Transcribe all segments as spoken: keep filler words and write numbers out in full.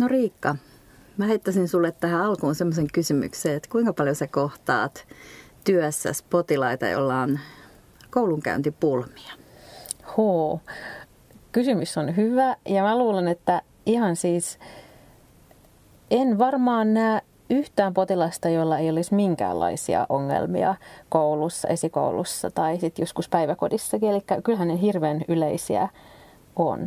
No Riikka, mä heittäisin sulle tähän alkuun semmoisen kysymyksen, että kuinka paljon sä kohtaat työssäsi potilaita, joilla on koulunkäyntipulmia? Hoo. Kysymys on hyvä ja mä luulen, että ihan siis en varmaan näe yhtään potilasta, jolla ei olisi minkäänlaisia ongelmia koulussa, esikoulussa tai sitten joskus päiväkodissakin. Eli kyllähän ne hirveän yleisiä on.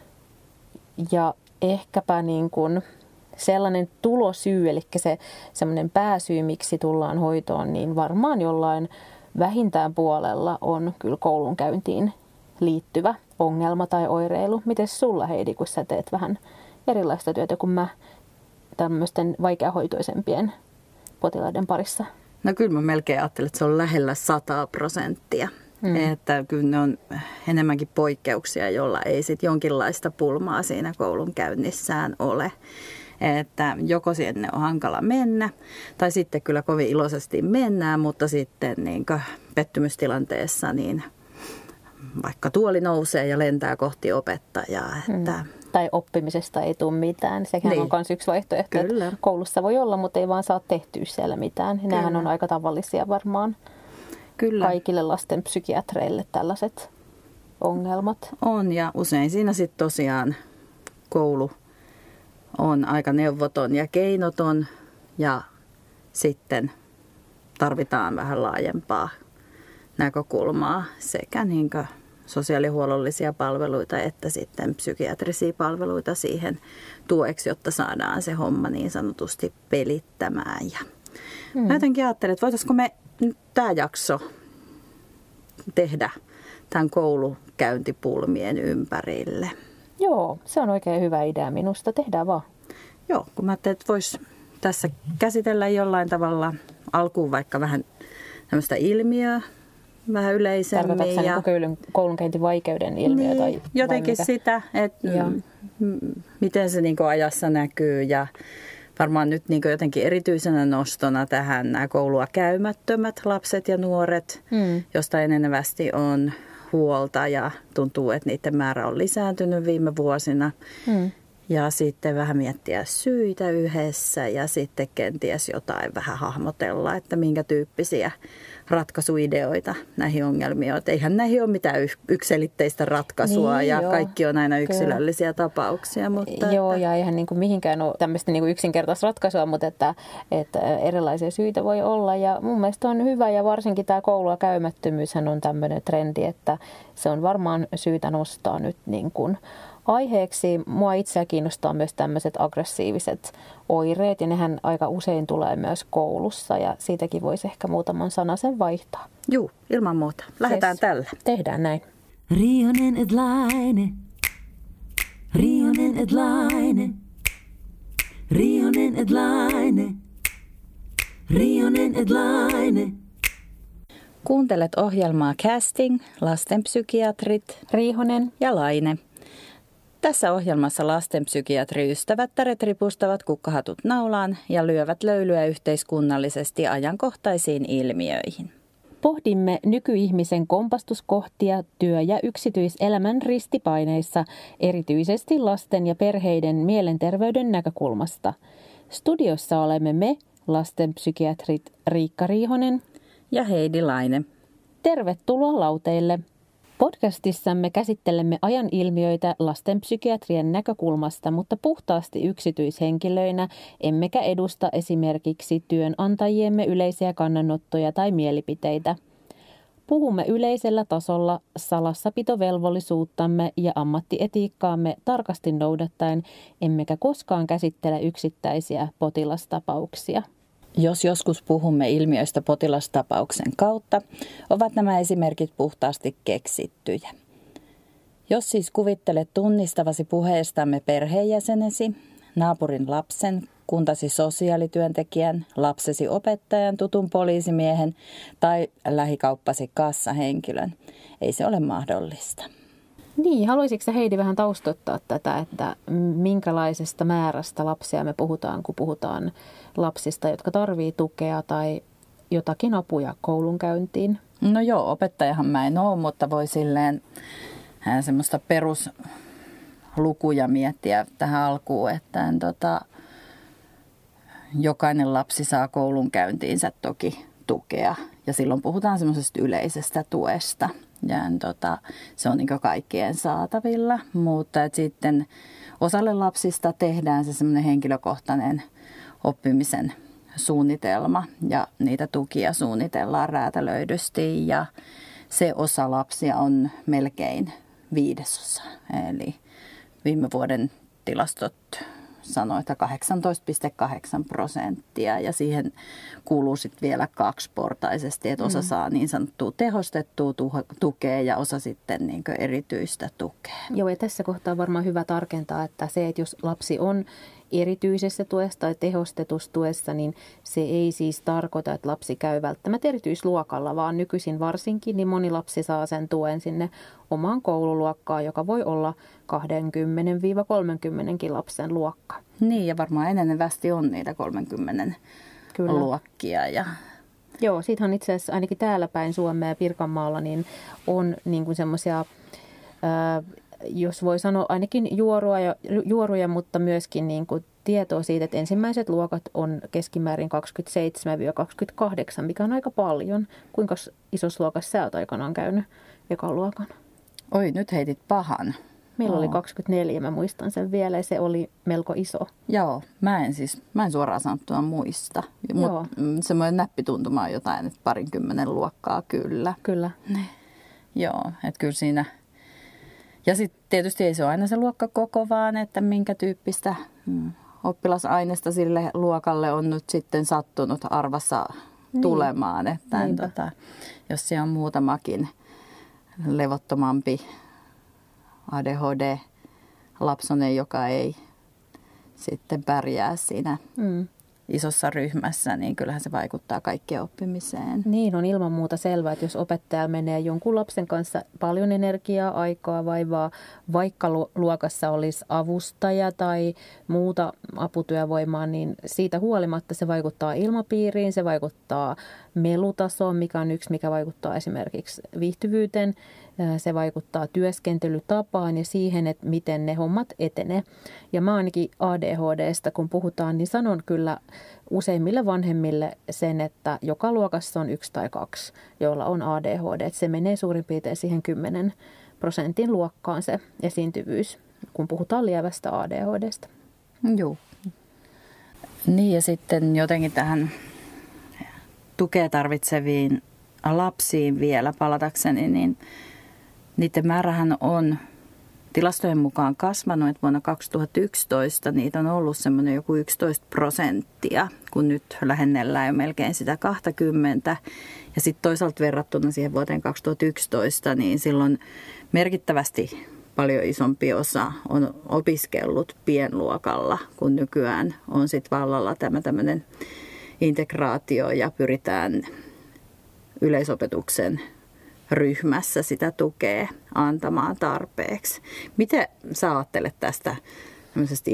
Ja ehkäpä niin kuin sellainen tulosyy, eli se semmoinen pääsyy, miksi tullaan hoitoon, niin varmaan jollain vähintään puolella on kyllä koulunkäyntiin liittyvä ongelma tai oireilu. Mites sulla, Heidi, kun sä teet vähän erilaista työtä kuin mä tämmöisten vaikeahoitoisempien potilaiden parissa? No kyllä mä melkein ajattelen, että se on lähellä sata prosenttia. Mm. Että kyllä ne on enemmänkin poikkeuksia, jolla ei sitten jonkinlaista pulmaa siinä koulunkäynnissään ole. Että joko sinne on hankala mennä, tai sitten kyllä kovin iloisesti mennään, mutta sitten niin pettymystilanteessa niin vaikka tuoli nousee ja lentää kohti opettajaa. Että mm. Tai oppimisesta ei tule mitään. Sehän niin on myös yksi vaihtoehto, kyllä, että koulussa voi olla, mutta ei vaan saa tehtyä siellä mitään. Nämähän on aika tavallisia varmaan. Kyllä. Kaikille lastenpsykiatreille tällaiset ongelmat. On, ja usein siinä sitten tosiaan koulu on aika neuvoton ja keinoton, ja sitten tarvitaan vähän laajempaa näkökulmaa sekä niin kuin sosiaalihuollollisia palveluita että sitten psykiatrisia palveluita siihen tueksi, jotta saadaan se homma niin sanotusti pelittämään. Ja hmm. mä jotenkin ajattelen, että voitaisiko me nyt tämä jakso tehdä tämän koulukäyntipulmien ympärille. Joo, se on oikein hyvä idea minusta. Tehdään vaan. Joo, kun mä ajattelin, että voisi tässä käsitellä jollain tavalla alkuun vaikka vähän tämmöistä ilmiöä, vähän yleisemmin. Tarkoitatko ja niin koulunkäyntivaikeuden ilmiö? Niin, tai jotenkin sitä, että m- miten se niin kuin ajassa näkyy ja varmaan nyt niin kuin jotenkin erityisenä nostona tähän nämä koulua käymättömät lapset ja nuoret, hmm. josta enenevästi on huolta ja tuntuu, että niiden määrä on lisääntynyt viime vuosina. Hmm. Ja sitten vähän miettiä syitä yhdessä ja sitten kenties jotain vähän hahmotella, että minkä tyyppisiä ratkaisuideoita näihin ongelmiin on. Eihän näihin ole mitään yksiselitteistä ratkaisua niin, ja joo, kaikki on aina yksilöllisiä kyllä. tapauksia. Mutta joo, että ja eihän niin kuin mihinkään ole tämmöistä niin kuin yksinkertaista ratkaisua, mutta että, että erilaisia syitä voi olla. Ja mun mielestä on hyvä ja varsinkin tämä koulua käymättömyyshän on tämmöinen trendi, että se on varmaan syytä nostaa nyt niin kuin aiheeksi. Mua itseä kiinnostaa myös tämmöiset aggressiiviset oireet ja nehän aika usein tulee myös koulussa ja siitäkin voisi ehkä muutaman sanasen vaihtaa. Juu, ilman muuta. Lähdetään yes. tällä. Tehdään näin. Rionen et Laine, Rionen et Laine, Rionen et Laine, Rionen et Laine. Kuuntelet ohjelmaa Casting, lastenpsykiatrit Riihonen ja Laine. Tässä ohjelmassa lastenpsykiatriystävättäret ripustavat kukkahatut naulaan ja lyövät löylyä yhteiskunnallisesti ajankohtaisiin ilmiöihin. Pohdimme nykyihmisen kompastuskohtia työ- ja yksityiselämän ristipaineissa, erityisesti lasten ja perheiden mielenterveyden näkökulmasta. Studiossa olemme me, lastenpsykiatrit Riikka Riihonen ja Heidi Laine. Tervetuloa lauteille! Podcastissamme käsittelemme ajan ilmiöitä lastenpsykiatrien näkökulmasta, mutta puhtaasti yksityishenkilöinä, emmekä edusta esimerkiksi työnantajiemme yleisiä kannanottoja tai mielipiteitä. Puhumme yleisellä tasolla salassapitovelvollisuuttamme ja ammattietiikkaamme tarkasti noudattaen, emmekä koskaan käsittele yksittäisiä potilastapauksia. Jos joskus puhumme ilmiöistä potilastapauksen kautta, ovat nämä esimerkit puhtaasti keksittyjä. Jos siis kuvittelet tunnistavasi puheestamme perheenjäsenesi, naapurin lapsen, kuntasi sosiaalityöntekijän, lapsesi opettajan, tutun poliisimiehen tai lähikauppasi kassahenkilön, ei se ole mahdollista. Niin, haluaisitko Heidi vähän taustottaa tätä, että minkälaisesta määrästä lapsia me puhutaan, kun puhutaan lapsista, jotka tarvitsee tukea tai jotakin apuja koulunkäyntiin? No joo, opettajahan mä en ole, mutta voi silleen semmoista perus lukuja miettiä tähän alkuun, että en, tota, jokainen lapsi saa koulunkäyntiinsä toki tukea. Ja silloin puhutaan semmoisesta yleisestä tuesta. Ja en, tota, se on niin kuin kaikkien saatavilla, mutta et sitten osalle lapsista tehdään se semmoinen henkilökohtainen oppimisen suunnitelma ja niitä tukia suunnitellaan räätälöidysti ja se osa lapsia on melkein viidesosa. Eli viime vuoden tilastot sanoi, että kahdeksantoista pilkku kahdeksan prosenttia ja siihen kuuluu sitten vielä kaksiportaisesti, että osa mm. saa niin sanottua tehostettua tukea ja osa sitten niin kuin erityistä tukea. Joo, ja tässä kohtaa on varmaan hyvä tarkentaa, että se, että jos lapsi on erityisessä tuessa tai tehostetussa tuessa, niin se ei siis tarkoita, että lapsi käy välttämättä erityisluokalla, vaan nykyisin varsinkin niin moni lapsi saa sen tuen sinne omaan koululuokkaan, joka voi olla kaksikymmentä kolmekymmentä lapsen luokka. Niin, ja varmaan enenevästi on niitä kolmekymmentä Kyllä. luokkia. Ja... Joo, siitähän itse asiassa ainakin täällä päin Suomea ja Pirkanmaalla niin on niin kuin semmoisia... jos voi sanoa ainakin juoruja, juoruja mutta myöskin niin kuin tietoa siitä, että ensimmäiset luokat on keskimäärin kaksikymmentäseitsemän kaksikymmentäkahdeksan, mikä on aika paljon. Kuinka isossa luokassa sä oot aikanaan käynyt ekan luokan? Oi, nyt heitit pahan. Meillä Oo. oli kaksikymmentäneljä, mä muistan sen vielä ja se oli melko iso. Joo, mä en siis, mä en suoraan sanottuna muista. Mutta semmoinen näppituntuma on jotain, että parinkymmenen luokkaa kyllä. Kyllä. Ne. Joo, että kyllä siinä... Ja sitten tietysti ei se ole aina se luokkakoko, vaan että minkä tyyppistä mm, oppilasaineesta sille luokalle on nyt sitten sattunut arvassa niin. tulemaan. Että en, tota, jos siellä on muutamakin levottomampi A D H D-lapsonen, joka ei sitten pärjää siinä mm. isossa ryhmässä, niin kyllähän se vaikuttaa kaikkien oppimiseen. Niin, on ilman muuta selvää, että jos opettaja menee jonkun lapsen kanssa paljon energiaa, aikaa, vaivaa, vaikka luokassa olisi avustaja tai muuta aputyövoimaa, niin siitä huolimatta se vaikuttaa ilmapiiriin, se vaikuttaa melutasoon, mikä on yksi, mikä vaikuttaa esimerkiksi viihtyvyyteen. Se vaikuttaa työskentelytapaan ja siihen, että miten ne hommat etenee. Ja mä ainakin A D H D:stä, kun puhutaan, niin sanon kyllä useimmille vanhemmille sen, että joka luokassa on yksi tai kaksi, joilla on A D H D. Että se menee suurin piirtein siihen kymmenen prosentin luokkaan se esiintyvyys, kun puhutaan lievästä A D H D:stä. Joo. Niin ja sitten jotenkin tähän tukea tarvitseviin lapsiin vielä palatakseni, niin niiden määrähän on tilastojen mukaan kasvanut, että vuonna kaksituhattayksitoista niitä on ollut semmoinen joku yksitoista prosenttia, kun nyt lähennellään jo melkein sitä kaksikymmentä. Ja sitten toisaalta verrattuna siihen vuoteen kaksituhattayksitoista, niin silloin merkittävästi paljon isompi osa on opiskellut pienluokalla, kun nykyään on sitten vallalla tämä tämmöinen integraatio ja pyritään yleisopetuksen ryhmässä sitä tukea antamaan tarpeeksi. Miten sä ajattelet tästä tämmöisestä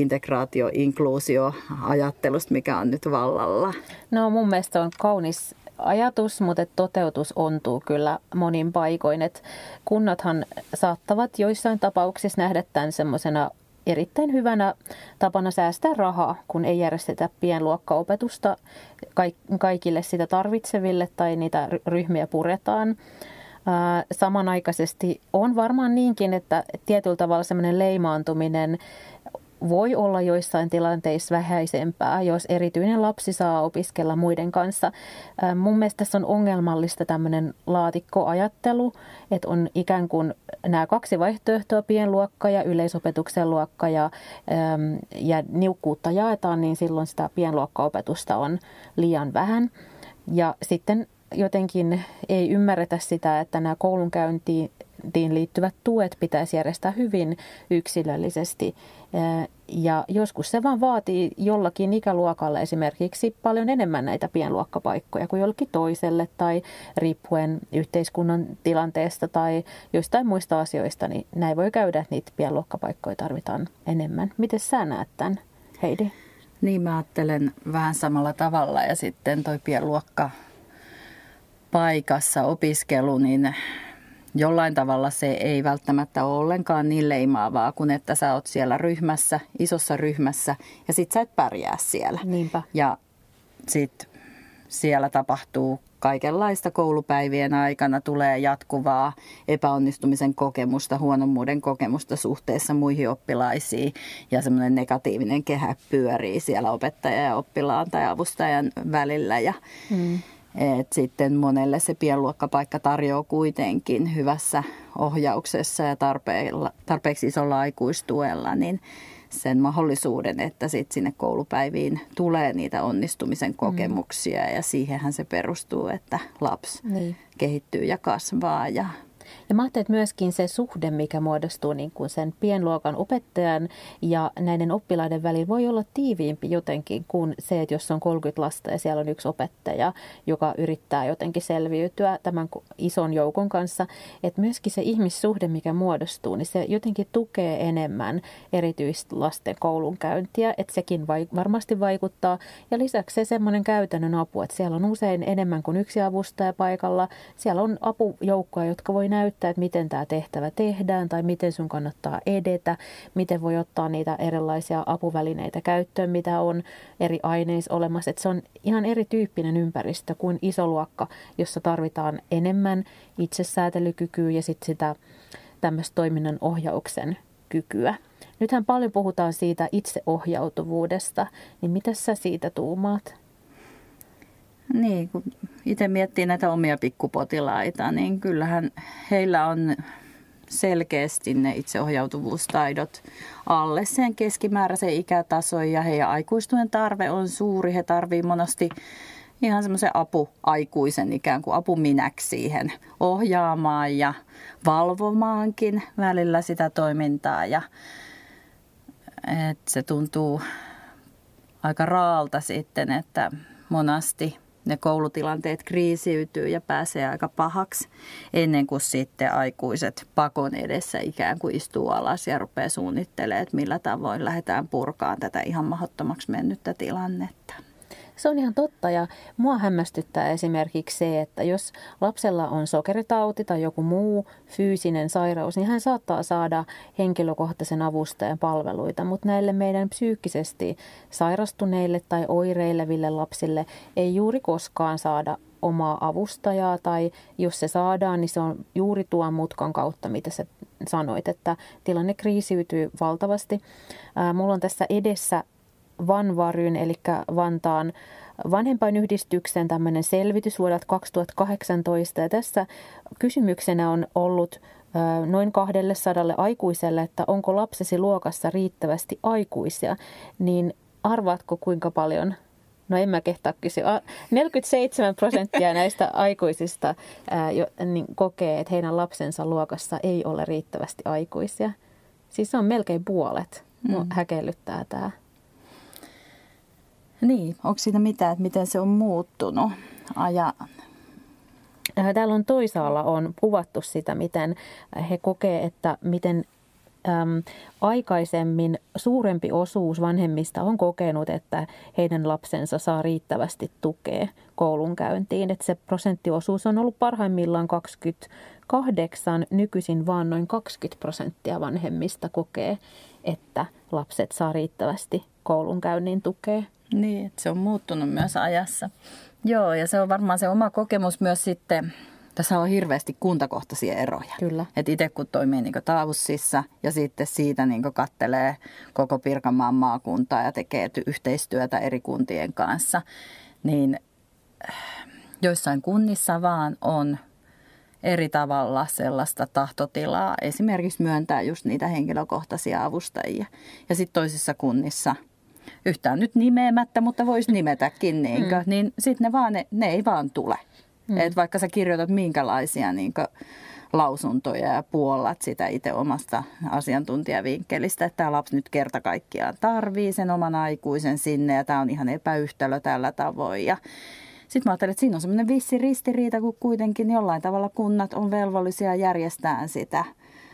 integraatio-inkluusio-ajattelusta, mikä on nyt vallalla? No mun mielestä on kaunis ajatus, mutta toteutus ontuu kyllä monin paikoin. Et kunnathan saattavat joissain tapauksissa nähdä tämän semmoisena erittäin hyvänä tapana säästää rahaa, kun ei järjestetä pienluokkaopetusta kaikille sitä tarvitseville tai niitä ryhmiä puretaan. Samanaikaisesti on varmaan niinkin, että tietyllä tavalla semmoinen leimaantuminen voi olla joissain tilanteissa vähäisempää, jos erityinen lapsi saa opiskella muiden kanssa. Mun mielestä tässä on ongelmallista tämmöinen laatikkoajattelu, että on ikään kuin nämä kaksi vaihtoehtoa, pienluokka ja yleisopetuksen luokka ja, ja niukkuutta jaetaan, niin silloin sitä pienluokkaopetusta on liian vähän. Ja sitten jotenkin ei ymmärretä sitä, että nämä koulunkäyntiin liittyvät tuet pitäisi järjestää hyvin yksilöllisesti. Ja joskus se vaan vaatii jollakin ikäluokalle esimerkiksi paljon enemmän näitä pienluokkapaikkoja kuin jollakin toiselle tai riippuen yhteiskunnan tilanteesta tai jostain muista asioista, niin näin voi käydä, että niitä pienluokkapaikkoja tarvitaan enemmän. Miten sä näet tämän, Heidi? Niin mä ajattelen vähän samalla tavalla ja sitten toi pienluokka paikassa opiskelu, niin jollain tavalla se ei välttämättä ole ollenkaan niin leimaavaa, kun että sä oot siellä ryhmässä, isossa ryhmässä ja sit sä et pärjää siellä. Niinpä. Ja sit siellä tapahtuu kaikenlaista koulupäivien aikana, tulee jatkuvaa epäonnistumisen kokemusta, huonommuuden kokemusta suhteessa muihin oppilaisiin ja semmoinen negatiivinen kehä pyörii siellä opettajan ja oppilaan tai avustajan välillä ja mm. Et sitten monelle se pienluokkapaikka tarjoaa kuitenkin hyvässä ohjauksessa ja tarpeeksi isolla aikuistuella niin sen mahdollisuuden, että sitten sinne koulupäiviin tulee niitä onnistumisen kokemuksia mm. ja siihenhän se perustuu, että lapsi niin. kehittyy ja kasvaa. Ja, ja mä ajattelin, että myöskin se suhde, mikä muodostuu niin kuin sen pienluokan opettajan ja näiden oppilaiden välillä voi olla tiiviimpi jotenkin kuin se, että jos on kolmekymmentä lasta ja siellä on yksi opettaja, joka yrittää jotenkin selviytyä tämän ison joukon kanssa. Että myöskin se ihmissuhde, mikä muodostuu, niin se jotenkin tukee enemmän erityisesti lasten koulunkäyntiä, että sekin varmasti vaikuttaa. Ja lisäksi se semmoinen käytännön apu, että siellä on usein enemmän kuin yksi avustaja paikalla. Siellä on apujoukkoja, jotka voi näyttää, että miten tämä tehtävä tehdään tai miten sun kannattaa edetä, miten voi ottaa niitä erilaisia apuvälineitä käyttöön, mitä on eri aineissa olemassa. Että se on ihan erityyppinen ympäristö kuin iso luokka, jossa tarvitaan enemmän itsesäätelykykyä ja sitten sitä tämmöistä toiminnan ohjauksen kykyä. Nythän paljon puhutaan siitä itseohjautuvuudesta, niin mitä sä siitä tuumaat? Niin, kun itse miettii näitä omia pikkupotilaita, niin kyllähän heillä on selkeästi ne itseohjautuvuustaidot alle sen keskimääräisen ikätason ja heidän aikuistuen tarve on suuri. He tarvitsevat monesti ihan semmoisen apuaikuisen ikään kuin apuminäksi siihen ohjaamaan ja valvomaankin välillä sitä toimintaa. Ja, että se tuntuu aika raalta sitten, että monasti ne koulutilanteet kriisiytyy ja pääsee aika pahaksi ennen kuin sitten aikuiset pakon edessä ikään kuin istuu alas ja rupeaa suunnittelemaan, että millä tavoin lähdetään purkaan tätä ihan mahdottomaksi mennyttä tilannetta. Se on ihan totta ja mua hämmästyttää esimerkiksi se, että jos lapsella on sokeritauti tai joku muu fyysinen sairaus, niin hän saattaa saada henkilökohtaisen avustajan palveluita, mutta näille meidän psyykkisesti sairastuneille tai oireileville lapsille ei juuri koskaan saada omaa avustajaa tai jos se saadaan, niin se on juuri tuon mutkan kautta, mitä sä sanoit, että tilanne kriisiytyy valtavasti. Ää, mulla on tässä edessä Vanvaryn, eli Vantaan vanhempainyhdistyksen tämmöinen selvitys vuodelta kaksituhattakahdeksantoista. Ja tässä kysymyksenä on ollut noin kaksisataa aikuiselle, että onko lapsesi luokassa riittävästi aikuisia. Niin arvaatko kuinka paljon? No en mä kehtaa kysyä. neljäkymmentäseitsemän prosenttia näistä aikuisista ää, jo, niin kokee, että heidän lapsensa luokassa ei ole riittävästi aikuisia. Siis se on melkein puolet. Mm. No, häkellyttää tämä. Niin, onko siinä mitään, että miten se on muuttunut ajan? Täällä on toisaalla on kuvattu sitä, miten he kokee, että miten äm, aikaisemmin suurempi osuus vanhemmista on kokenut, että heidän lapsensa saa riittävästi tukea koulunkäyntiin. Että se prosenttiosuus on ollut parhaimmillaan kaksikymmentäkahdeksan, nykyisin vaan noin kaksikymmentä prosenttia vanhemmista kokee, että lapset saa riittävästi koulunkäynnin tukea. Niin, että se on muuttunut myös ajassa. Joo, ja se on varmaan se oma kokemus myös sitten, tässä on hirveästi kuntakohtaisia eroja. Kyllä. Että itse kun toimii niin Taavussissa ja sitten siitä niin kattelee koko Pirkanmaan maakuntaa ja tekee yhteistyötä eri kuntien kanssa, niin joissain kunnissa vaan on eri tavalla sellaista tahtotilaa esimerkiksi myöntää just niitä henkilökohtaisia avustajia. Ja sitten toisissa kunnissa yhtään nyt nimeämättä, mutta voisi nimetäkin, niinkö, mm. niin sitten ne, vaan, ne, ne ei vaan tule. Mm. Et vaikka sä kirjoitat minkälaisia niinkö, lausuntoja ja puollat sitä itse omasta asiantuntijavinkkelistä, että tämä lapsi nyt kerta kaikkiaan tarvii sen oman aikuisen sinne ja tämä on ihan epäyhtälö tällä tavoin. Ja sitten mä ajattelin, että siinä on semmoinen vissi ristiriita, kun kuitenkin jollain tavalla kunnat on velvollisia järjestämään sitä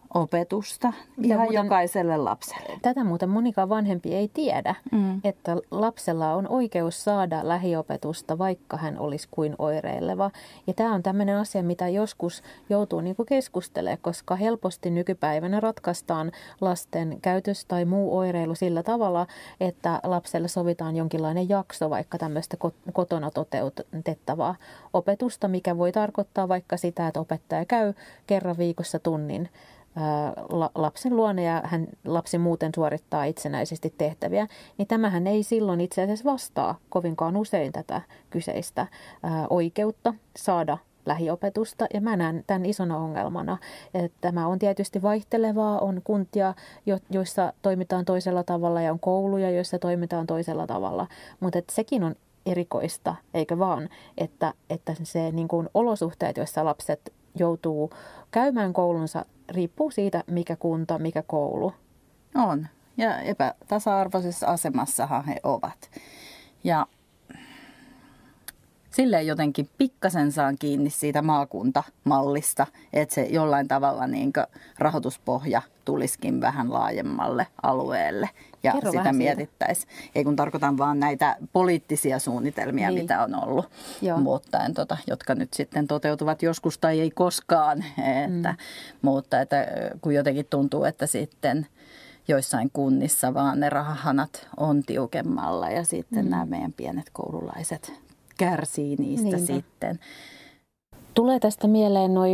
lähiopetusta Mitä ihan muuten, jokaiselle lapselle. Tätä muuten monikaan vanhempi ei tiedä, mm. että lapsella on oikeus saada lähiopetusta, vaikka hän olisi kuin oireileva. Ja tämä on tämmöinen asia, mitä joskus joutuu niinku keskustelemaan, koska helposti nykypäivänä ratkaistaan lasten käytös tai muu oireilu sillä tavalla, että lapselle sovitaan jonkinlainen jakso, vaikka tämmöistä kotona toteutettavaa opetusta, mikä voi tarkoittaa vaikka sitä, että opettaja käy kerran viikossa tunnin lapsen luona ja hän, lapsi muuten suorittaa itsenäisesti tehtäviä, niin tämähän ei silloin itse asiassa vastaa kovinkaan usein tätä kyseistä ää, oikeutta saada lähiopetusta. Ja mä näen tämän isona ongelmana. Että tämä on tietysti vaihtelevaa, on kuntia, joissa toimitaan toisella tavalla ja on kouluja, joissa toimitaan toisella tavalla, mutta sekin on erikoista, eikä vaan, että, että se niin kuin olosuhteet, joissa lapset joutuu käymään koulunsa, riippuu siitä, mikä kunta, mikä koulu. On. Ja epätasa-arvoisessa asemassahan he ovat. Ja silleen jotenkin pikkasen saan kiinni siitä maakuntamallista, että se jollain tavalla niin kuin rahoituspohja tulisikin vähän laajemmalle alueelle. Ja Kerro sitä mietittäisiin. Ei kun tarkoitan vaan näitä poliittisia suunnitelmia, niin. mitä on ollut, mutta en, tota, jotka nyt sitten toteutuvat joskus tai ei koskaan. Että, mm. Mutta että, kun jotenkin tuntuu, että sitten joissain kunnissa vaan ne rahahanat on tiukemmalla ja sitten mm. nämä meidän pienet koululaiset kärsii niistä Niinpä. sitten. Tulee tästä mieleen noi,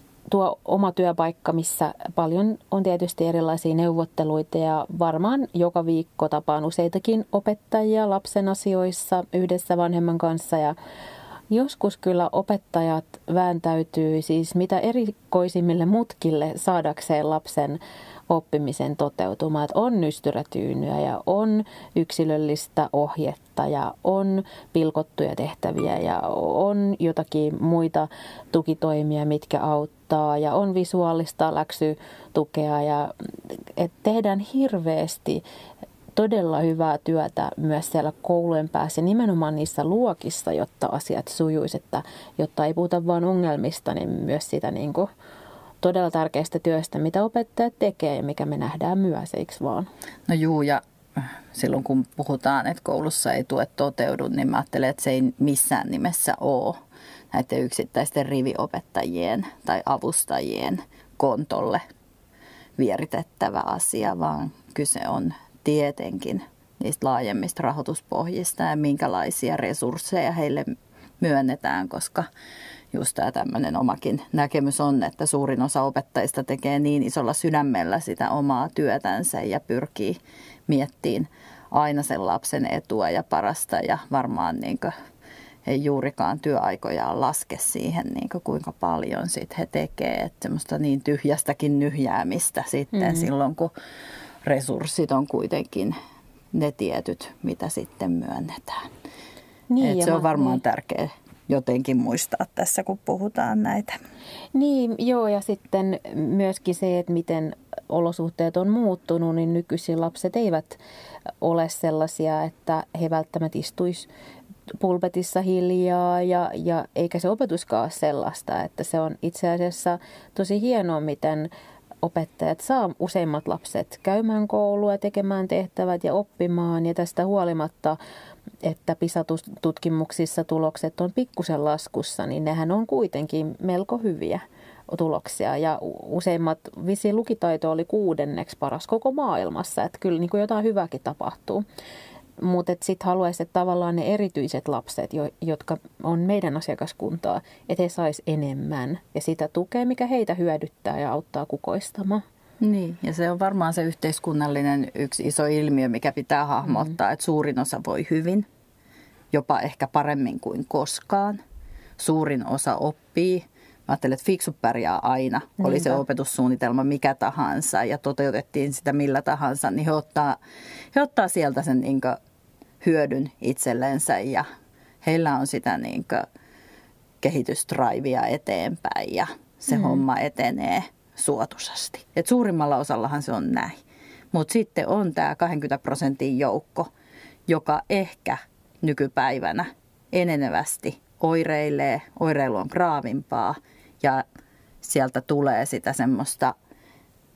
tuo oma työpaikka, missä paljon on tietysti erilaisia neuvotteluita ja varmaan joka viikko tapaan useitakin opettajia lapsen asioissa yhdessä vanhemman kanssa ja joskus kyllä opettajat vääntäytyy siis mitä erikoisimmille mutkille saadakseen lapsen oppimisen toteutumaan. Että on nystyrätyynyä ja on yksilöllistä ohjetta ja on pilkottuja tehtäviä ja on jotakin muita tukitoimia, mitkä auttaa ja on visuaalista läksytukea ja et tehdään hirveästi todella hyvää työtä myös siellä koulujen päässä, nimenomaan niissä luokissa, jotta asiat sujuisi, että jotta ei puhuta vain ongelmista, niin myös sitä niin kuin todella tärkeästä työstä, mitä opettajat tekee ja mikä me nähdään myös, eikö vaan? No juu, ja silloin kun puhutaan, että koulussa ei tue toteudu, niin mä ajattelen, että se ei missään nimessä ole näiden yksittäisten riviopettajien tai avustajien kontolle vieritettävä asia, vaan kyse on tietenkin niistä laajemmista rahoituspohjista ja minkälaisia resursseja heille myönnetään, koska just tämä tämmöinen omakin näkemys on, että suurin osa opettajista tekee niin isolla sydämellä sitä omaa työtänsä ja pyrkii miettimään aina sen lapsen etua ja parasta ja varmaan niin kuin ei juurikaan työaikojaan laske siihen, niin kuin kuinka paljon sit he tekee. Että semmoista niin tyhjästäkin nyhjäämistä sitten mm-hmm. silloin, kun resurssit on kuitenkin ne tietyt, mitä sitten myönnetään. Niin, se on varmaan niin. tärkeää jotenkin muistaa tässä, kun puhutaan näitä. Niin, joo, ja sitten myöskin se, että miten olosuhteet on muuttunut, niin nykyisin lapset eivät ole sellaisia, että he välttämättä istuisi pulpetissa hiljaa ja, ja eikä se opetuskaan ole sellaista, että se on itse asiassa tosi hienoa, miten opettajat saa useimmat lapset käymään koulua, tekemään tehtävät ja oppimaan ja tästä huolimatta, että PISA-tutkimuksissa tulokset on pikkusen laskussa, niin nehän on kuitenkin melko hyviä tuloksia ja useimmat, vissiin lukitaito oli kuudenneksi paras koko maailmassa, että kyllä niin kuin jotain hyvääkin tapahtuu. Mutta sitten haluaisin, että tavallaan ne erityiset lapset, jotka on meidän asiakaskuntaa, että he sais enemmän ja sitä tukea, mikä heitä hyödyttää ja auttaa kukoistamaan. Niin, ja se on varmaan se yhteiskunnallinen yksi iso ilmiö, mikä pitää hahmottaa, mm. että suurin osa voi hyvin, jopa ehkä paremmin kuin koskaan. Suurin osa oppii. Mä ajattelen, että fiksut pärjää aina. Niinpä. Oli se opetussuunnitelma mikä tahansa ja toteutettiin sitä millä tahansa, niin he ottaa, he ottaa sieltä sen niin kuin hyödyn itsellensä ja heillä on sitä niin kuin kehitystraivia eteenpäin ja se mm. homma etenee suotuisasti. Et suurimmalla osallahan se on näin. Mutta sitten on tämä kaksikymmentä prosentin joukko, joka ehkä nykypäivänä enenevästi oireilee, oireilu on graavimpaa ja sieltä tulee sitä semmoista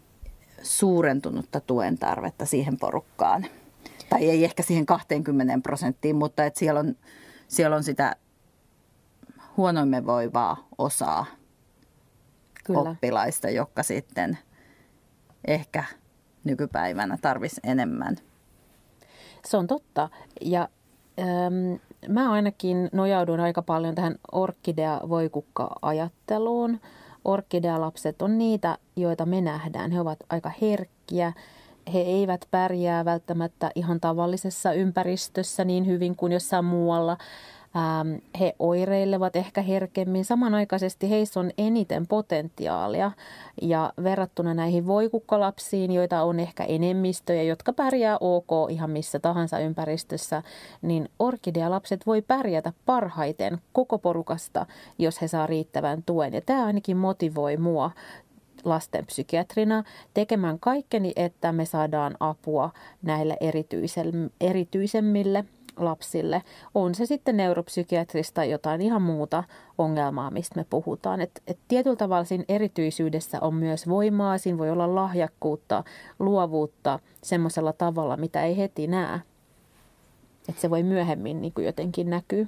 suurentunutta tuen tarvetta siihen porukkaan. Tai ei ehkä siihen kaksikymmentä prosenttiin, mutta että siellä, on, siellä on sitä huonoimmin voivaa osaa Kyllä. oppilaista, jotka sitten ehkä nykypäivänä tarvisi enemmän. Se on totta. Ja ähm, mä ainakin nojaudun aika paljon tähän orkidea-voikukka-ajatteluun. Orkidea-lapset on niitä, joita me nähdään. He ovat aika herkkiä. He eivät pärjää välttämättä ihan tavallisessa ympäristössä niin hyvin kuin jossain muualla. Ähm, he oireilevat ehkä herkemmin. Samanaikaisesti heissä on eniten potentiaalia ja verrattuna näihin voikukkalapsiin, joita on ehkä enemmistöjä, jotka pärjää ok ihan missä tahansa ympäristössä, niin orkidealapset voi pärjätä parhaiten koko porukasta, jos he saa riittävän tuen. Ja tämä ainakin motivoi mua lastenpsykiatrina tekemään kaikkeni, että me saadaan apua näille erityisemmille lapsille. On se sitten neuropsykiatrista tai jotain ihan muuta ongelmaa, mistä me puhutaan. Et, et tietyllä tavalla siinä erityisyydessä on myös voimaa, siinä voi olla lahjakkuutta, luovuutta semmoisella tavalla, mitä ei heti näe. Että se voi myöhemmin niin kuin jotenkin näkyä.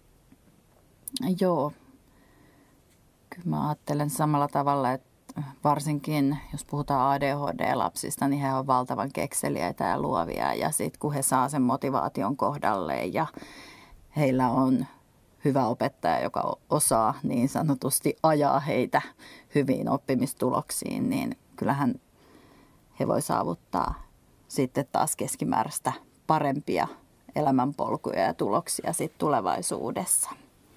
Joo. Kyllä mä ajattelen samalla tavalla, että varsinkin jos puhutaan A D H D-lapsista, niin he on valtavan kekseliäitä ja luovia. Ja sitten kun he saa sen motivaation kohdalleen ja heillä on hyvä opettaja, joka osaa niin sanotusti ajaa heitä hyviin oppimistuloksiin, niin kyllähän he voi saavuttaa sitten taas keskimääräistä parempia elämänpolkuja ja tuloksia sitten tulevaisuudessa.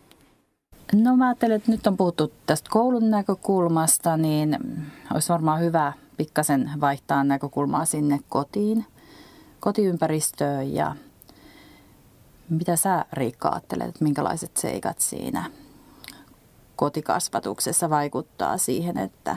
No mä ajattelen, että nyt on puhuttu tästä koulun näkökulmasta, niin olisi varmaan hyvä pikkasen vaihtaa näkökulmaa sinne kotiin, kotiympäristöön. Ja mitä sä, Riikka, ajattelet, että minkälaiset seikat siinä kotikasvatuksessa vaikuttaa siihen, että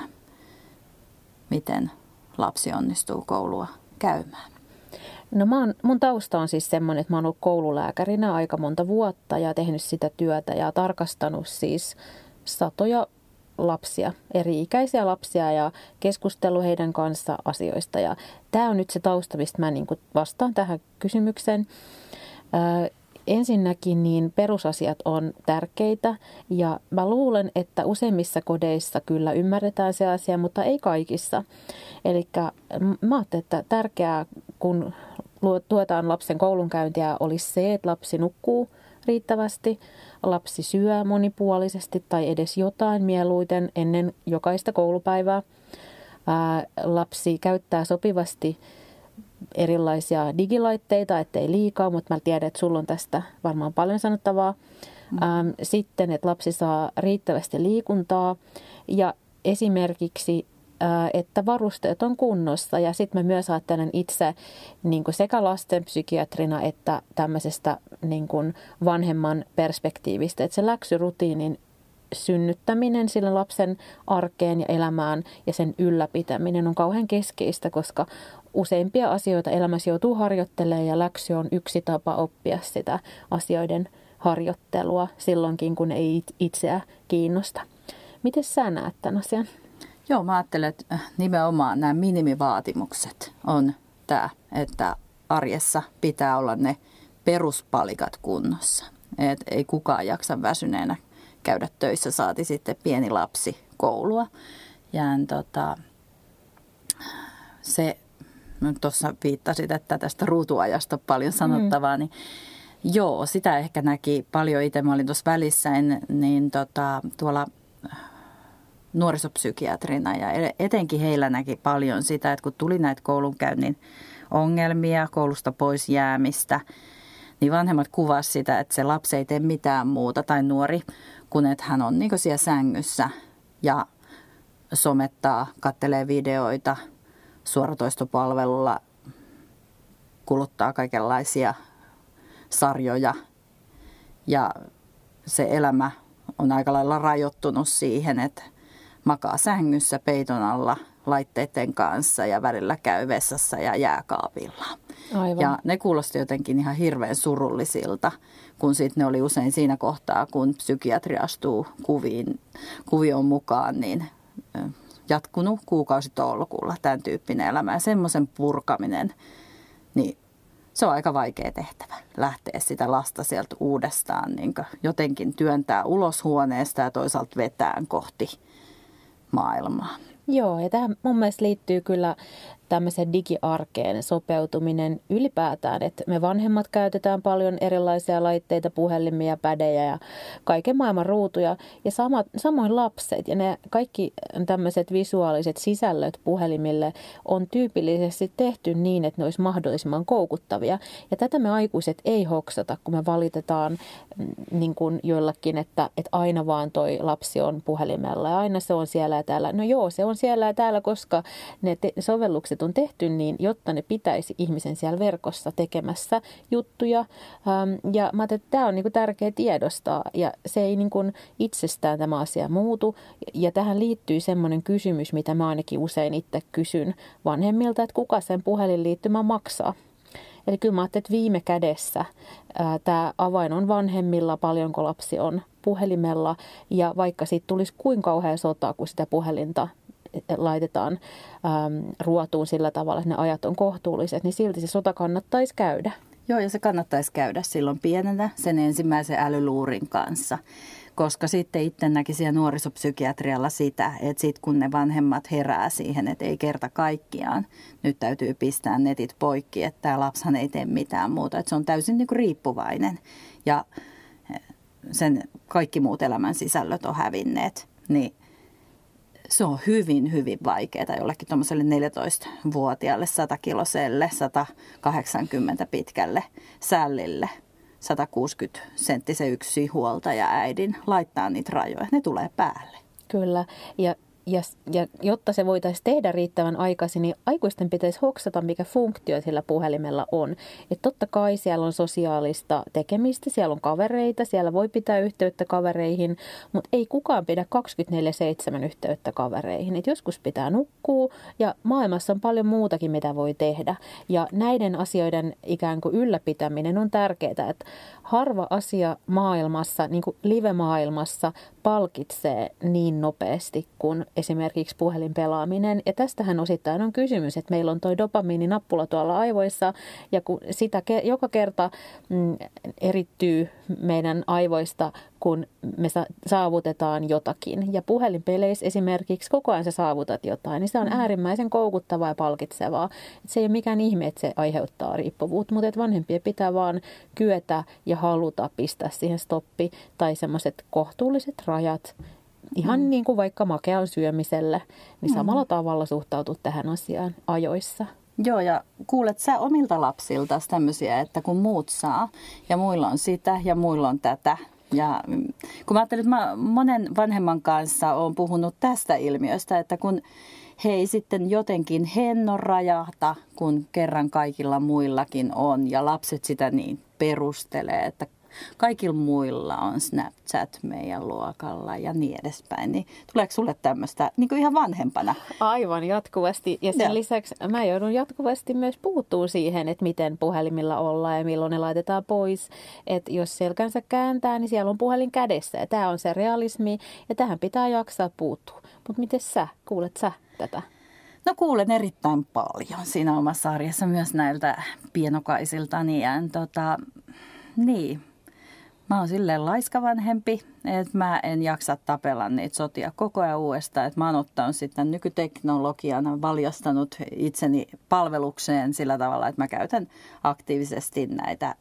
miten lapsi onnistuu koulua käymään? No mä oon, mun tausta on siis semmoinen, että mä oon ollut koululääkärinä aika monta vuotta ja tehnyt sitä työtä ja tarkastanut siis satoja lapsia, eri-ikäisiä lapsia ja keskustellut heidän kanssa asioista. Ja tää on nyt se tausta, mistä mä niin kuin vastaan tähän kysymykseen. Ää, ensinnäkin niin perusasiat on tärkeitä ja mä luulen, että useimmissa kodeissa kyllä ymmärretään se asia, mutta ei kaikissa. Eli mä ajattelin, että tärkeää, kun tuetaan lapsen koulunkäyntiä, olisi se, että lapsi nukkuu riittävästi, lapsi syö monipuolisesti tai edes jotain mieluiten ennen jokaista koulupäivää. Ää, lapsi käyttää sopivasti erilaisia digilaitteita, ettei liikaa, mutta mä tiedän, että sulla on tästä varmaan paljon sanottavaa. Mm. Ähm, sitten, että lapsi saa riittävästi liikuntaa ja esimerkiksi, äh, että varusteet on kunnossa. Ja sitten mä myös ajattelen itse niin kuin sekä lastenpsykiatrina että tämmöisestä niin kuin vanhemman perspektiivistä, että se läksyrutiinin synnyttäminen sille lapsen arkeen ja elämään ja sen ylläpitäminen on kauhean keskeistä, koska useimpia asioita elämässä joutuu harjoittelemaan ja läksy on yksi tapa oppia sitä asioiden harjoittelua silloinkin, kun ei itseä kiinnosta. Miten sä näet tämän asian? Joo, mä ajattelen, että nimenomaan nämä minimivaatimukset on tämä, että arjessa pitää olla ne peruspalikat kunnossa. Et ei kukaan jaksa väsyneenä käydä töissä, saati sitten pieni lapsi koulua. Ja tota, se, tuossa viittasit, että tästä ruutuajasta on paljon sanottavaa, mm. niin joo, sitä ehkä näki paljon itse. Mä olin tuossa välissä, en, niin tota, tuolla nuorisopsykiatrina ja etenkin heillä näki paljon sitä, että kun tuli näitä koulunkäynnin ongelmia, koulusta pois jäämistä, niin vanhemmat kuvasivat sitä, että se lapsi ei tee mitään muuta tai nuori, kun että hän on niin kuin siellä sängyssä ja somettaa, kattelee videoita suoratoistopalvelulla, kuluttaa kaikenlaisia sarjoja ja se elämä on aika lailla rajoittunut siihen, että makaa sängyssä peiton alla laitteiden kanssa ja välillä käy vessassa ja jääkaapilla. Aivan. Ja ne kuulosti jotenkin ihan hirveän surullisilta, kun sitten ne oli usein siinä kohtaa, kun psykiatri astuu kuviin, kuvioon mukaan, niin jatkunut kuukausitolkulla tämän tyyppinen elämä ja semmoisen purkaminen, niin se on aika vaikea tehtävä lähteä sitä lasta sieltä uudestaan niin jotenkin työntää ulos huoneesta ja toisaalta vetään kohti maailmaa. Joo, ja tähän mun mielestä liittyy kyllä tämmöisen digiarkeen sopeutuminen ylipäätään, että me vanhemmat käytetään paljon erilaisia laitteita, puhelimia, pädejä ja kaiken maailman ruutuja ja sama, samoin lapset ja ne kaikki tämmöiset visuaaliset sisällöt puhelimille on tyypillisesti tehty niin, että ne olisi mahdollisimman koukuttavia ja tätä me aikuiset ei hoksata, kun me valitetaan niin kuin joillakin, että, että aina vaan toi lapsi on puhelimella ja aina se on siellä ja täällä. No joo, se on siellä ja täällä, koska ne te- sovellukset on tehty niin, jotta ne pitäisi ihmisen siellä verkossa tekemässä juttuja. Ähm, ja mä ajattelin, että tämä on niin kuin tärkeä tiedostaa ja se ei niin kuin itsestään tämä asia muutu. Ja tähän liittyy semmoinen kysymys, mitä mä ainakin usein itse kysyn vanhemmilta, että kuka sen puhelinliittymän maksaa. Eli kyllä mä ajattelin, että viime kädessä ää, tämä avain on vanhemmilla, paljonko lapsi on puhelimella ja vaikka siitä tulisi kuinka kauhea sota, kun sitä puhelinta laitetaan äm, ruotuun sillä tavalla, että ne ajat on kohtuulliset, niin silti se sota kannattaisi käydä. Joo, ja se kannattaisi käydä silloin pienenä sen ensimmäisen älyluurin kanssa, koska sitten itse näki siellä nuorisopsykiatrialla sitä, että sitten kun ne vanhemmat herää siihen, että ei kerta kaikkiaan, nyt täytyy pistää netit poikki, että tämä lapshan ei tee mitään muuta, että se on täysin niin kuin riippuvainen ja sen kaikki muut elämän sisällöt on hävinneet, niin se on hyvin, hyvin vaikeaa jollekin tuommoiselle neljätoistavuotiaalle satakiloselle, sata kahdeksankymmentä pitkälle sällille, sata kuusikymmentä senttisen yksi huoltaja äidin laittaa niitä rajoja. Ne tulee päälle. Kyllä, ja Ja, ja jotta se voitaisiin tehdä riittävän aikaisin, niin aikuisten pitäisi hoksata, mikä funktio sillä puhelimella on. Että totta kai siellä on sosiaalista tekemistä, siellä on kavereita, siellä voi pitää yhteyttä kavereihin, mutta ei kukaan pidä kaksikymmentäneljä seitsemän yhteyttä kavereihin. Et joskus pitää nukkua ja maailmassa on paljon muutakin, mitä voi tehdä. Ja näiden asioiden ikään kuin ylläpitäminen on tärkeää, että harva asia maailmassa, niin kuin live-maailmassa, palkitsee niin nopeasti kuin esimerkiksi puhelinpelaaminen. Ja tästähän osittain on kysymys, että meillä on toi dopamiininappula tuolla aivoissa ja kun sitä ke- joka kerta mm, erittyy meidän aivoista, kun me sa- saavutetaan jotakin. Ja puhelinpeleissä esimerkiksi koko ajan sä saavutat jotain, niin se on äärimmäisen koukuttavaa ja palkitsevaa. Et se ei ole mikään ihme, että se aiheuttaa riippuvuutta, mutta vanhempien pitää vaan kyetä ja haluta pistää siihen stoppi tai semmoiset kohtuulliset rajat. Ihan mm. niin kuin vaikka makean syömiselle, niin samalla mm. tavalla suhtautuu tähän asiaan ajoissa. Joo, ja kuulet sä omilta lapsilta tämmöisiä, että kun muut saa ja muilla on sitä ja muilla on tätä. Ja kun mä ajattelin, että mä monen vanhemman kanssa olen puhunut tästä ilmiöstä, että kun he ei sitten jotenkin hennon rajahta, kun kerran kaikilla muillakin on ja lapset sitä niin perustelee, että kaikilla muilla on Snapchat meidän luokalla ja niin edespäin. Niin tuleeko sulle tämmöistä niin kuin ihan vanhempana? Aivan jatkuvasti. Ja sen ja. lisäksi mä joudun jatkuvasti myös puuttuu siihen, että miten puhelimilla ollaan ja milloin ne laitetaan pois. Että jos selkänsä kääntää, niin siellä on puhelin kädessä. Ja tämä on se realismi ja tähän pitää jaksaa puuttua. Mutta miten sä? Kuulet sä tätä? No kuulen erittäin paljon siinä omassa arjessa myös näiltä pienokaisilta. Niin, tota, niin. Mä oon silleen laiskavanhempi, että mä en jaksa tapella niitä sotia koko ajan uudestaan. Että mä oon ottanut sitten nykyteknologian, valjastanut itseni palvelukseen sillä tavalla, että mä käytän aktiivisesti näitä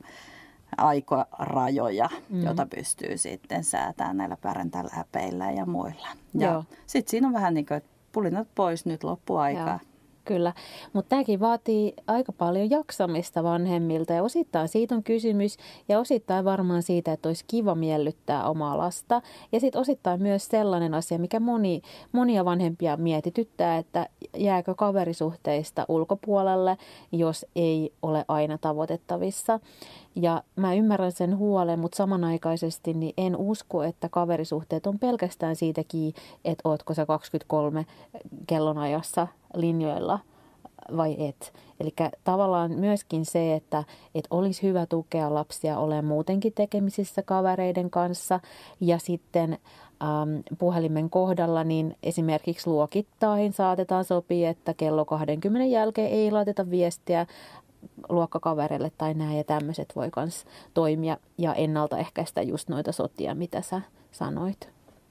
aikarajoja, mm. joita pystyy sitten säätämään näillä parental-äpeillä ja muilla. Ja sitten siinä on vähän niin kuin, että pulinat pois, nyt loppuaikaa. Joo. Kyllä, mutta tämäkin vaatii aika paljon jaksamista vanhemmilta ja osittain siitä on kysymys ja osittain varmaan siitä, että olisi kiva miellyttää omaa lasta. Ja sitten osittain myös sellainen asia, mikä moni, monia vanhempia mietityttää, että jääkö kaverisuhteista ulkopuolelle, jos ei ole aina tavoitettavissa. Ja mä ymmärrän sen huolen, mutta samanaikaisesti niin en usko, että kaverisuhteet on pelkästään siitäkin, että ootko sä kaksikymmentäkolme kellonajassa linjoilla vai et. Eli tavallaan myöskin se, että, että olisi hyvä tukea lapsia olemaan muutenkin tekemisissä kavereiden kanssa ja sitten ähm, puhelimen kohdalla niin esimerkiksi luokittain saatetaan sopia, että kello kaksikymmentä jälkeen ei laiteta viestiä luokkakavereille tai näin ja tämmöiset voi myös toimia ja ennaltaehkäistä just noita sotia, mitä sä sanoit.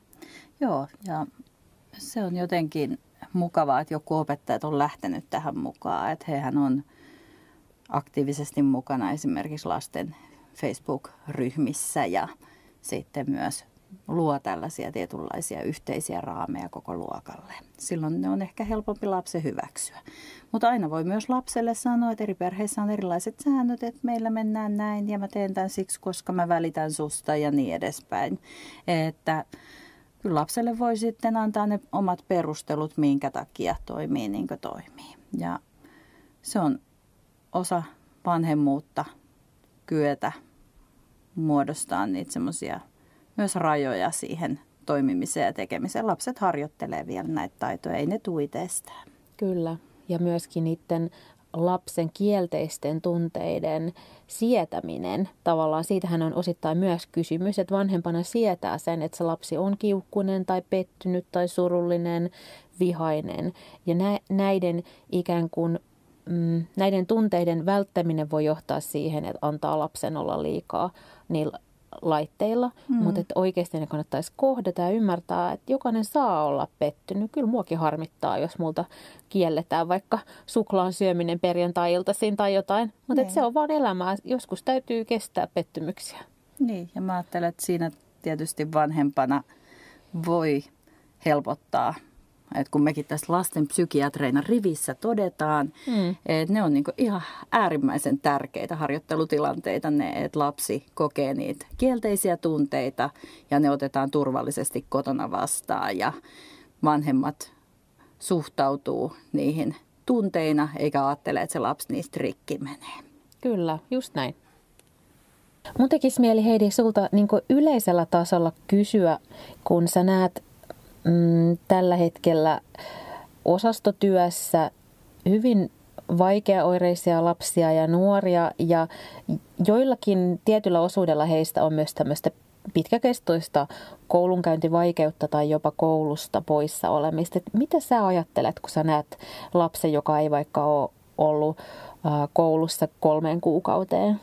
Joo, ja se on jotenkin mukavaa, että joku opettajat on lähtenyt tähän mukaan, että hehän on aktiivisesti mukana esimerkiksi lasten Facebook-ryhmissä ja sitten myös luo tällaisia tietynlaisia yhteisiä raameja koko luokalle. Silloin ne on ehkä helpompi lapsen hyväksyä. Mutta aina voi myös lapselle sanoa, että eri perheissä on erilaiset säännöt, että meillä mennään näin ja mä teen tämän siksi, koska mä välitän susta ja niin edespäin. Että kyllä lapselle voi sitten antaa ne omat perustelut, minkä takia toimii niin kuin toimii. Ja se on osa vanhemmuutta kyetä muodostaa niitä semmoisia myös rajoja siihen toimimiseen ja tekemiseen. Lapset harjoittelee vielä näitä taitoja, ei ne tule itsestään. Kyllä, ja myöskin niiden lapsen kielteisten tunteiden sietäminen. Tavallaan siitähän on osittain myös kysymys, että vanhempana sietää sen, että se lapsi on kiukkunen tai pettynyt tai surullinen, vihainen. Ja näiden ikään kuin mm, näiden tunteiden välttäminen voi johtaa siihen, että antaa lapsen olla liikaa niillä laitteilla, mm. mutta että oikeasti ne kannattaisi kohdata ja ymmärtää, että jokainen saa olla pettynyt. Kyllä muakin harmittaa, jos multa kielletään vaikka suklaan syöminen perjantai-iltaisin tai jotain, mutta että se on vaan elämää. Joskus täytyy kestää pettymyksiä. Niin, ja mä ajattelen, että siinä tietysti vanhempana voi helpottaa. Et kun mekin tässä lasten psykiatreina rivissä todetaan, mm. että ne on niinku ihan äärimmäisen tärkeitä harjoittelutilanteita, ne, että lapsi kokee niitä kielteisiä tunteita ja ne otetaan turvallisesti kotona vastaan ja vanhemmat suhtautuu niihin tunteina eikä ajattele, että se lapsi niistä rikki menee. Kyllä, just näin. Mun tekisi mieli, Heidi, sulta niin kuin yleisellä tasolla kysyä, kun sä näet mm, tällä hetkellä osastotyössä hyvin vaikeaoireisia lapsia ja nuoria, ja joillakin tietyllä osuudella heistä on myös tämmöistä pitkäkestoista koulunkäyntivaikeutta tai jopa koulusta poissa olemista. Mitä sä ajattelet, kun sä näet lapsen, joka ei vaikka ole ollut koulussa kolmeen kuukauteen?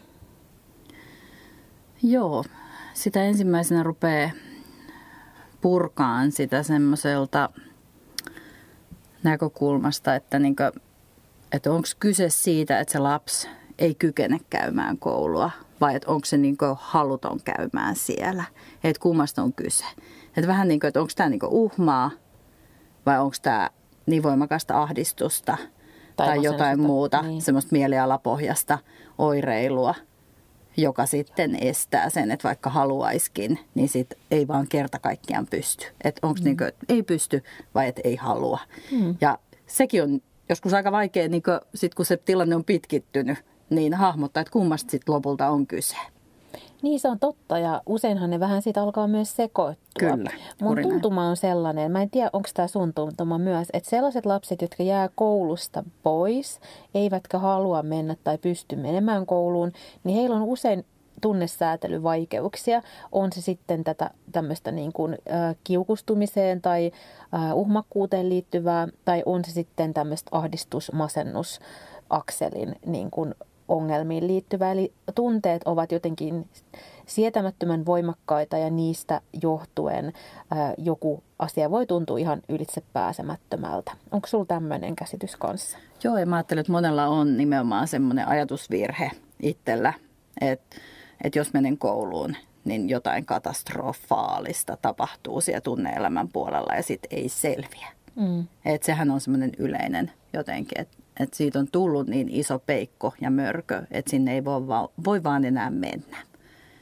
Joo, sitä ensimmäisenä rupeaa purkaan sitä semmoiselta näkökulmasta, että, niinku, että onko kyse siitä, että se lapsi ei kykene käymään koulua vai että onko se niinku haluton käymään siellä. Että kummasta on kyse. Että vähän niin kuin, että onko tämä niinku uhmaa vai onko tämä niin voimakasta ahdistusta tai, tai jotain muuta, niin. Semmoista mielialapohjasta oireilua, joka sitten estää sen, että vaikka haluaiskin, niin sit ei vaan kerta kaikkiaan pysty. Että onko mm. niinku, että ei pysty vai että ei halua. Mm. Ja sekin on joskus aika vaikea, niin kun, sit kun se tilanne on pitkittynyt, niin hahmottaa, että kummasta sitten lopulta on kyse. Niin, se on totta, ja useinhan ne vähän siitä alkaa myös sekoittua. Kyllä. Mun tuntuma on sellainen, mä en tiedä onko tämä sun tuntuma myös, että sellaiset lapset, jotka jää koulusta pois, eivätkä halua mennä tai pysty menemään kouluun, niin heillä on usein tunnesäätelyvaikeuksia. On se sitten tätä tämmöistä niin kuin äh, kiukustumiseen tai äh, uhmakkuuteen liittyvää, tai on se sitten tämmöistä ahdistus-masennusakselin niin kuin ongelmiin liittyvää. Eli tunteet ovat jotenkin sietämättömän voimakkaita ja niistä johtuen ää, joku asia voi tuntua ihan ylitse pääsemättömältä. Onko sulla tämmöinen käsitys kanssa? Joo, ja mä ajattelen, että monella on nimenomaan semmoinen ajatusvirhe itsellä, että, että jos menen kouluun, niin jotain katastrofaalista tapahtuu siellä tunne-elämän puolella ja sitten ei selviä. Mm. Että sehän on semmoinen yleinen jotenkin, että että siitä on tullut niin iso peikko ja mörkö, että sinne ei voi, va- voi vaan enää mennä.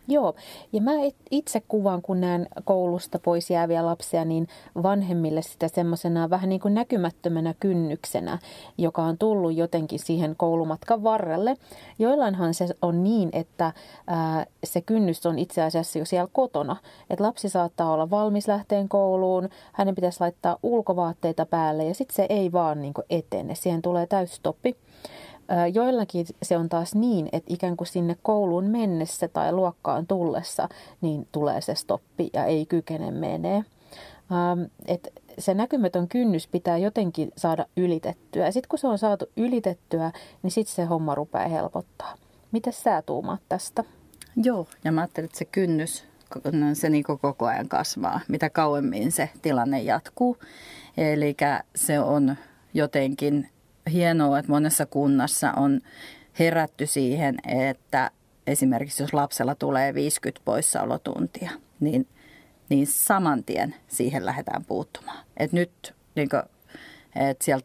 Joo, ja mä itse kuvaan, kun näen koulusta pois jääviä lapsia, niin vanhemmille sitä semmoisena vähän niin kuin näkymättömänä kynnyksenä, joka on tullut jotenkin siihen koulumatkan varrelle. Joillainhan se on niin, että ää, se kynnys on itse asiassa jo siellä kotona. Että lapsi saattaa olla valmis lähteen kouluun, hänen pitäisi laittaa ulkovaatteita päälle ja sitten se ei vaan niin kuin etene, siihen tulee täysstoppi. Joillakin se on taas niin, että ikään kuin sinne kouluun mennessä tai luokkaan tullessa, niin tulee se stoppi ja ei kykene menee. Että se näkymätön kynnys pitää jotenkin saada ylitettyä. Ja sitten kun se on saatu ylitettyä, niin sitten se homma rupeaa helpottaa. Mites sä tuumaat tästä? Joo, ja mä ajattelin, että se kynnys, se niin koko ajan kasvaa, mitä kauemmin se tilanne jatkuu. Eli se on jotenkin hienoa, että monessa kunnassa on herätty siihen, että esimerkiksi jos lapsella tulee viisikymmentä poissaolotuntia, niin, niin saman tien siihen lähdetään puuttumaan. Että nyt niin kuin, että sieltä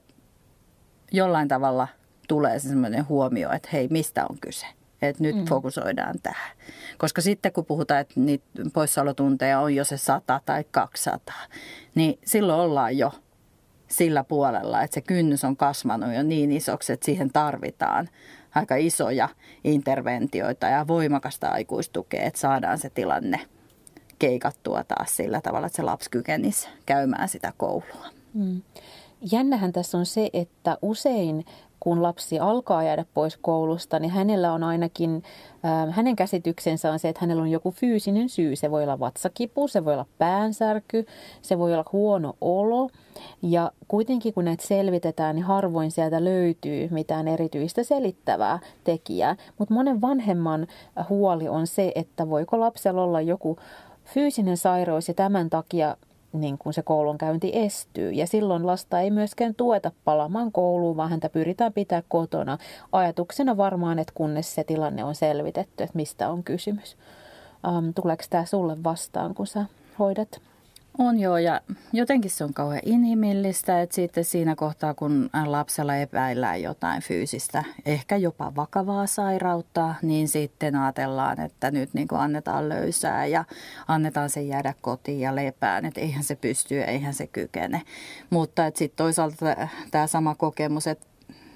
jollain tavalla tulee se sellainen huomio, että hei, mistä on kyse? Että nyt mm. fokusoidaan tähän. Koska sitten kun puhutaan, että niitä poissaolotunteja on jo se sata tai kaksisataa, niin silloin ollaan jo sillä puolella, että se kynnys on kasvanut jo niin isoksi, että siihen tarvitaan aika isoja interventioita ja voimakasta aikuistukea, että saadaan se tilanne keikattua taas sillä tavalla, että se lapsi kykenisi käymään sitä koulua. Mm. Jännähän tässä on se, että usein kun lapsi alkaa jäädä pois koulusta, niin hänellä on ainakin, äh, hänen käsityksensä on se, että hänellä on joku fyysinen syy. Se voi olla vatsakipu, se voi olla päänsärky, se voi olla huono olo. Ja kuitenkin kun näitä selvitetään, niin harvoin sieltä löytyy mitään erityistä selittävää tekijää. Mutta monen vanhemman huoli on se, että voiko lapsella olla joku fyysinen sairaus ja tämän takia niin kun se koulunkäynti estyy. Ja silloin lasta ei myöskään tueta palaamaan kouluun, vaan häntä pyritään pitää kotona. Ajatuksena varmaan, että kunnes se tilanne on selvitetty, että mistä on kysymys. Ähm, tuleeko tämä sulle vastaan, kun sä hoidat? On joo, ja jotenkin se on kauhean inhimillistä, että sitten siinä kohtaa, kun lapsella epäillään jotain fyysistä, ehkä jopa vakavaa sairautta, niin sitten ajatellaan, että nyt niin kuin annetaan löysää ja annetaan sen jäädä kotiin ja lepään, että eihän se pysty, eihän se kykene. Mutta sitten toisaalta tämä sama kokemus, että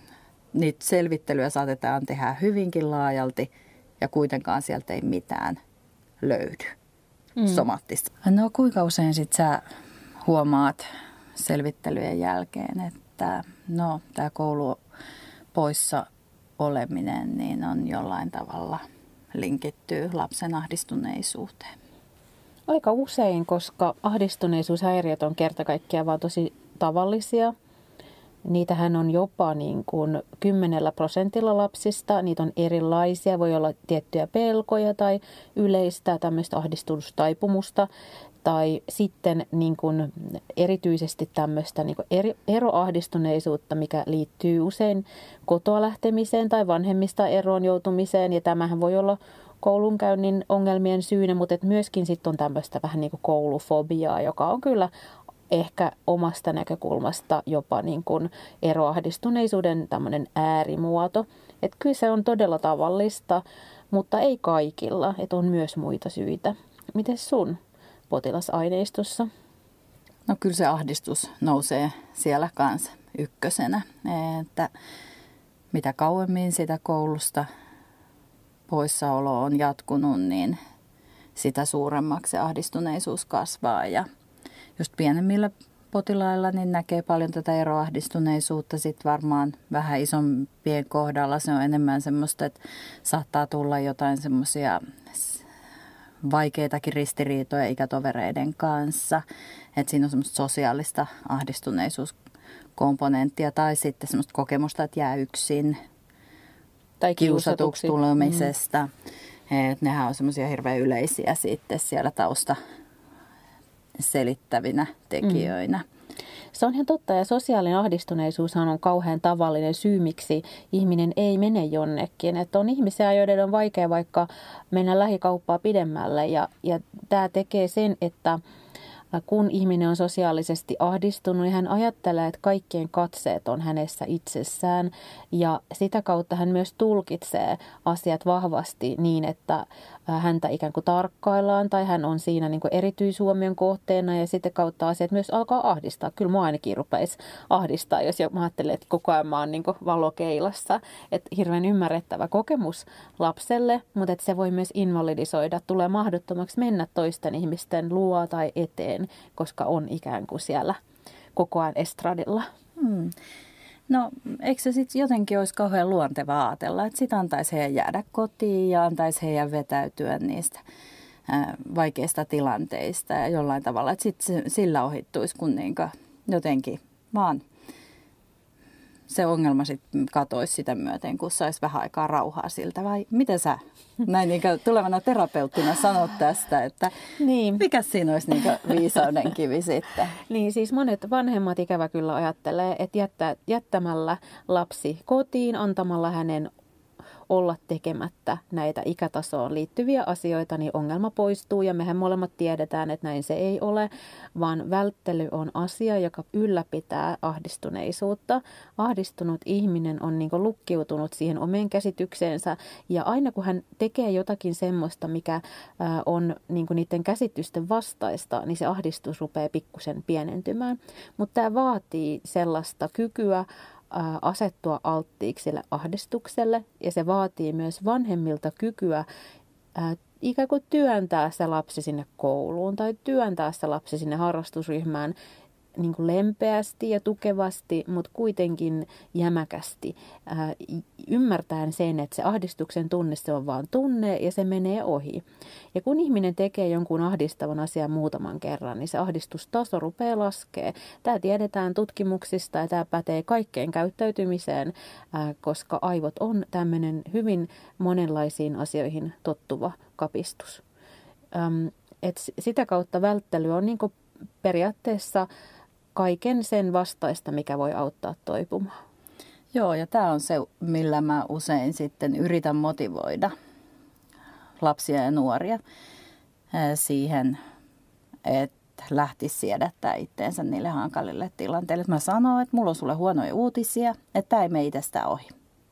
niitä selvittelyjä saatetaan tehdä hyvinkin laajalti ja kuitenkaan sieltä ei mitään löydy. Mm. Somaattista. No kuinka usein sit sä huomaat selvittelyjen jälkeen, että no tämä koulu poissa oleminen niin on jollain tavalla linkittyy lapsen ahdistuneisuuteen? Aika usein, koska ahdistuneisuushäiriöt on kerta kaikkiaan vaan tosi tavallisia. Niitähän on jopa niin kuin kymmenellä prosentilla lapsista. Niitä on erilaisia. Voi olla tiettyjä pelkoja tai yleistä tämmöistä ahdistustaipumusta. Tai sitten niin kuin erityisesti tämmöistä niin kuin eri, eroahdistuneisuutta, mikä liittyy usein kotoa lähtemiseen tai vanhemmista eroon joutumiseen. Ja tämähän voi olla koulunkäynnin ongelmien syynä, mutta et myöskin sitten on tämmöistä vähän niin kuin koulufobiaa, joka on kyllä ehkä omasta näkökulmasta jopa niin kuin eroahdistuneisuuden tämmöinen äärimuoto. Että kyllä se on todella tavallista, mutta ei kaikilla, että on myös muita syitä. Miten sun potilasaineistossa? No kyllä se ahdistus nousee siellä kanssa ykkösenä, että mitä kauemmin sitä koulusta poissaolo on jatkunut, niin sitä suuremmaksi se ahdistuneisuus kasvaa ja just pienemmillä potilailla niin näkee paljon tätä eroahdistuneisuutta. Sitten varmaan vähän isompien kohdalla se on enemmän semmoista, että saattaa tulla jotain semmoisia vaikeitakin ristiriitoja ikätovereiden kanssa. Että siinä on semmoista sosiaalista ahdistuneisuuskomponenttia tai sitten semmoista kokemusta, että jää yksin tai kiusatuksi tulemisesta. Mm. Että nehän on semmoisia hirveän yleisiä sitten siellä tausta selittävinä tekijöinä. Mm. Se on ihan totta, ja sosiaalinen ahdistuneisuushan on kauhean tavallinen syy, miksi ihminen ei mene jonnekin. Että on ihmisiä, joiden on vaikea vaikka mennä lähikauppaa pidemmälle, ja, ja tämä tekee sen, että kun ihminen on sosiaalisesti ahdistunut, niin hän ajattelee, että kaikkien katseet on hänessä itsessään ja sitä kautta hän myös tulkitsee asiat vahvasti niin, että häntä ikään kuin tarkkaillaan tai hän on siinä niin kuin erityishuomion kohteena ja sitä kautta asiat myös alkaa ahdistaa. Kyllä mua ainakin rupeisi ahdistaa, jos mä ajattelen, että koko ajan mä oon niin kuin valokeilassa. Että hirveän ymmärrettävä kokemus lapselle, mutta että se voi myös invalidisoida, tulee mahdottomaksi mennä toisten ihmisten luo tai eteen, koska on ikään kuin siellä koko ajan estradilla. Hmm. No, eikö se sitten jotenkin olisi kauhean luontevaa ajatella, että sitten antaisi heidän jäädä kotiin ja antaisi heidän vetäytyä niistä ää, vaikeista tilanteista ja jollain tavalla, että sitten sillä ohittuisi, kun niinku jotenkin vaan se ongelma sitten katoisi sitä myöten, kun saisi vähän aikaa rauhaa siltä. Vai miten sä näin niin tulevana terapeuttina sanot tästä, että niin. Mikä siinä olisi niin viisauden kivi sitten? Niin siis monet vanhemmat ikävä kyllä ajattelee, että jättä, jättämällä lapsi kotiin, antamalla hänen olla tekemättä näitä ikätasoon liittyviä asioita, niin ongelma poistuu ja mehän molemmat tiedetään, että näin se ei ole, vaan välttely on asia, joka ylläpitää ahdistuneisuutta. Ahdistunut ihminen on niin kuin lukkiutunut siihen omien käsitykseensä ja aina kun hän tekee jotakin semmoista, mikä on niin kuin niiden käsitysten vastaista, niin se ahdistus rupeaa pikkusen pienentymään. Mutta tämä vaatii sellaista kykyä asettua alttiiksi sille ahdistukselle ja se vaatii myös vanhemmilta kykyä ää, ikään kuin työntää se lapsi sinne kouluun tai työntää se lapsi sinne harrastusryhmään niin kuin lempeästi ja tukevasti, mutta kuitenkin jämäkästi, ää, ymmärtäen sen, että se ahdistuksen tunne se on vaan tunne ja se menee ohi. Ja kun ihminen tekee jonkun ahdistavan asian muutaman kerran, niin se ahdistustaso rupeaa laskee. Tämä tiedetään tutkimuksista ja tämä pätee kaikkeen käyttäytymiseen, ää, koska aivot on tämmöinen hyvin monenlaisiin asioihin tottuva kapistus. Äm, et sitä kautta välttely on niin kuin periaatteessa kaiken sen vastaista, mikä voi auttaa toipumaan. Joo, ja tämä on se, millä mä usein sitten yritän motivoida lapsia ja nuoria siihen, että lähtisi siedättää itteensä niille hankalille tilanteille. Mä sanon, että mulla on sulle huonoja uutisia, että tämä ei mene itsestään ohi.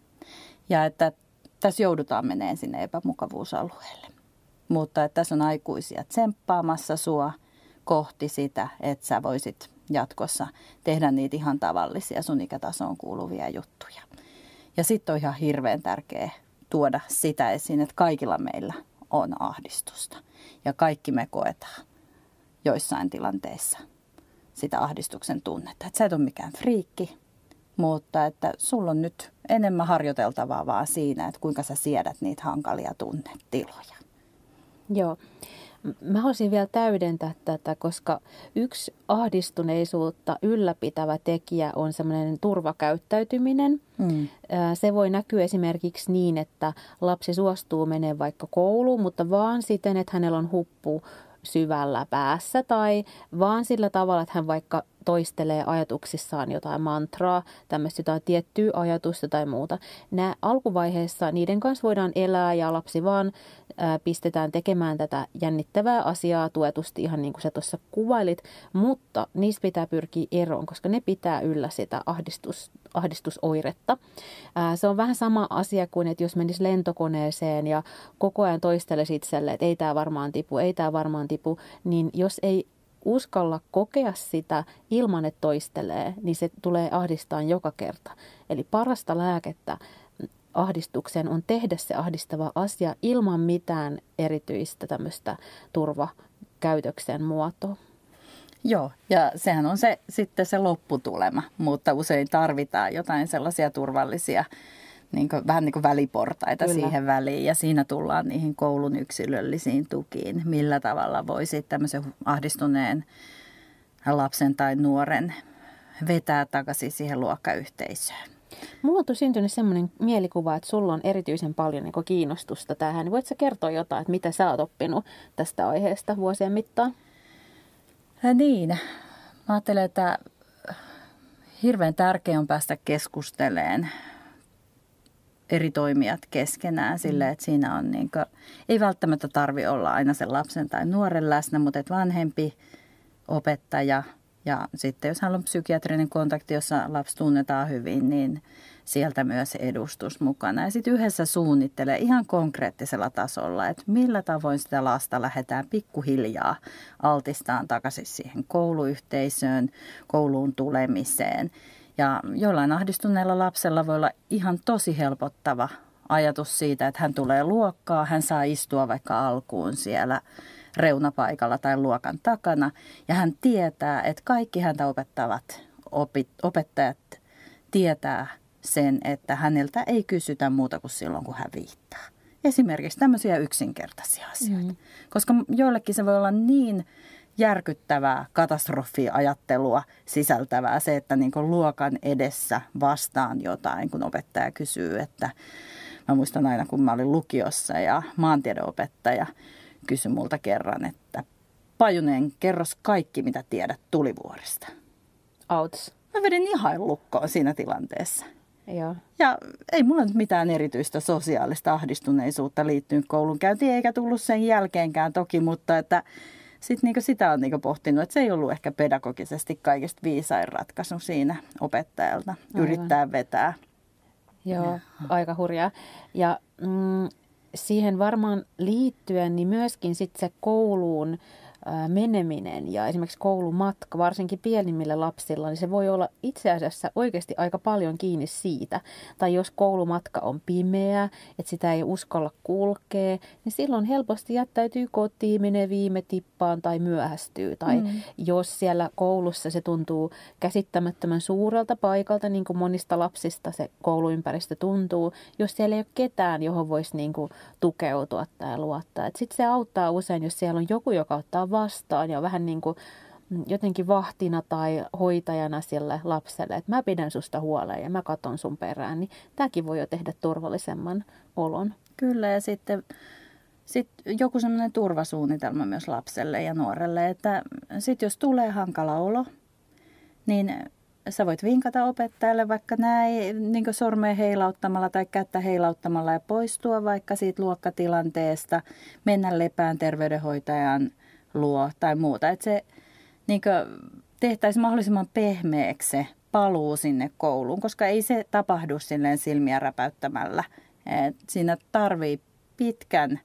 Ja että tässä joudutaan meneen sinne epämukavuusalueelle. Mutta että tässä on aikuisia tsemppaamassa sua kohti sitä, että sä voisit jatkossa tehdä niitä ihan tavallisia sun ikätasoon kuuluvia juttuja. Ja sitten on ihan hirveän tärkeää tuoda sitä esiin, että kaikilla meillä on ahdistusta. Ja kaikki me koetaan joissain tilanteissa sitä ahdistuksen tunnetta. Että sä et ole mikään friikki, mutta että sulla on nyt enemmän harjoiteltavaa vaan siinä, että kuinka sä siedät niitä hankalia tunnetiloja. Joo. Mä haluaisin vielä täydentää tätä, koska yksi ahdistuneisuutta ylläpitävä tekijä on semmoinen turvakäyttäytyminen. Mm. Se voi näkyä esimerkiksi niin, että lapsi suostuu menemään vaikka kouluun, mutta vaan siten, että hänellä on huppu syvällä päässä tai vaan sillä tavalla, että hän vaikka toistelee ajatuksissaan jotain mantraa, tämmöistä jotain tiettyä ajatusta tai muuta. Nämä alkuvaiheessa niiden kanssa voidaan elää ja lapsi vaan ää, pistetään tekemään tätä jännittävää asiaa tuetusti ihan niin kuin sä tuossa kuvailit, mutta niistä pitää pyrkiä eroon, koska ne pitää yllä sitä ahdistus, ahdistusoiretta. Ää, se on vähän sama asia kuin, että jos menisi lentokoneeseen ja koko ajan toistelisi itselle, että ei tämä varmaan tipu, ei tämä varmaan tipu, niin jos ei uskalla kokea sitä ilman, että toistelee, niin se tulee ahdistaa joka kerta. Eli parasta lääkettä ahdistukseen on tehdä se ahdistava asia ilman mitään erityistä tämmöistä turvakäytöksen muotoa. Joo, ja sehän on se sitten se lopputulema, mutta usein tarvitaan jotain sellaisia turvallisia niin kuin, vähän niin kuin väliportaita Kyllä. siihen väliin ja siinä tullaan niihin koulun yksilöllisiin tukiin. Millä tavalla voisi tämmöisen ahdistuneen lapsen tai nuoren vetää takaisin siihen luokkayhteisöön. Mulla on syntynyt semmoinen mielikuva, että sulla on erityisen paljon niin kuin kiinnostusta tähän. Voitko sä kertoa jotain, että mitä sä oot oppinut tästä aiheesta vuosien mittaan? Ja niin, mä ajattelen, että hirveän tärkeää on päästä keskustelemaan eri toimijat keskenään sille, että siinä on niin kuin, ei välttämättä tarvitse olla aina sen lapsen tai nuoren läsnä, mutta että vanhempi opettaja. Ja sitten jos hän on psykiatrinen kontakti, jossa lapsi tunnetaan hyvin, niin sieltä myös edustus mukana. Ja sitten yhdessä suunnittelee ihan konkreettisella tasolla, että millä tavoin sitä lasta lähdetään pikkuhiljaa altistaan takaisin siihen kouluyhteisöön, kouluun tulemiseen. Ja jollain ahdistuneella lapsella voi olla ihan tosi helpottava ajatus siitä, että hän tulee luokkaan, hän saa istua vaikka alkuun siellä reunapaikalla tai luokan takana. Ja hän tietää, että kaikki häntä opettavat opit, opettajat tietää sen, että häneltä ei kysytä muuta kuin silloin, kun hän viittaa. Esimerkiksi tämmöisiä yksinkertaisia asioita. Mm. Koska joillekin se voi olla niin järkyttävää katastrofiajattelua sisältävää se, että niin kuin luokan edessä vastaan jotain, kun opettaja kysyy, että mä muistan aina, kun mä olin lukiossa ja maantiedeopettaja kysyi multa kerran, että Pajunen, kerros kaikki, mitä tiedät Tulivuoresta. Outs. Mä vedin ihan lukkoon siinä tilanteessa. Joo. Ja ei mulla nyt mitään erityistä sosiaalista ahdistuneisuutta liittynyt koulunkäyntiin, eikä tullut sen jälkeenkään toki, mutta että sit niinku sitä on niinku pohtinut, että se ei ollut ehkä pedagogisesti kaikista viisain ratkaisu siinä opettajalta. Aivan. Yrittää vetää. Joo, ja aika hurjaa. Ja mm, siihen varmaan liittyen niin myöskin sit se kouluun meneminen ja esimerkiksi koulumatka, varsinkin pienimmillä lapsilla, niin se voi olla itse asiassa oikeasti aika paljon kiinni siitä. Tai jos koulumatka on pimeä, että sitä ei uskalla kulkea, niin silloin helposti jättäytyy kotiin, menee viime tippaan tai myöhästyy. Tai mm. jos siellä koulussa se tuntuu käsittämättömän suurelta paikalta, niin kuin monista lapsista se kouluympäristö tuntuu, jos siellä ei ole ketään, johon voisi niin kuin tukeutua tai luottaa. Sitten se auttaa usein, jos siellä on joku, joka ottaa vastaan ja vähän niin kuin jotenkin vahtina tai hoitajana sille lapselle, että mä pidän susta huoleen ja mä katon sun perään, niin tämäkin voi jo tehdä turvallisemman olon. Kyllä, ja sitten sit joku semmoinen turvasuunnitelma myös lapselle ja nuorelle, että sitten jos tulee hankala olo, niin sä voit vinkata opettajalle vaikka näin niin sormea heilauttamalla tai kättä heilauttamalla ja poistua vaikka siitä luokkatilanteesta, mennä lepään terveydenhoitajan luo tai muuta. Että se niin tehtäisiin mahdollisimman pehmeäksi se paluu sinne kouluun, koska ei se tapahdu silleen silmiä räpäyttämällä. Et siinä tarvii pitkän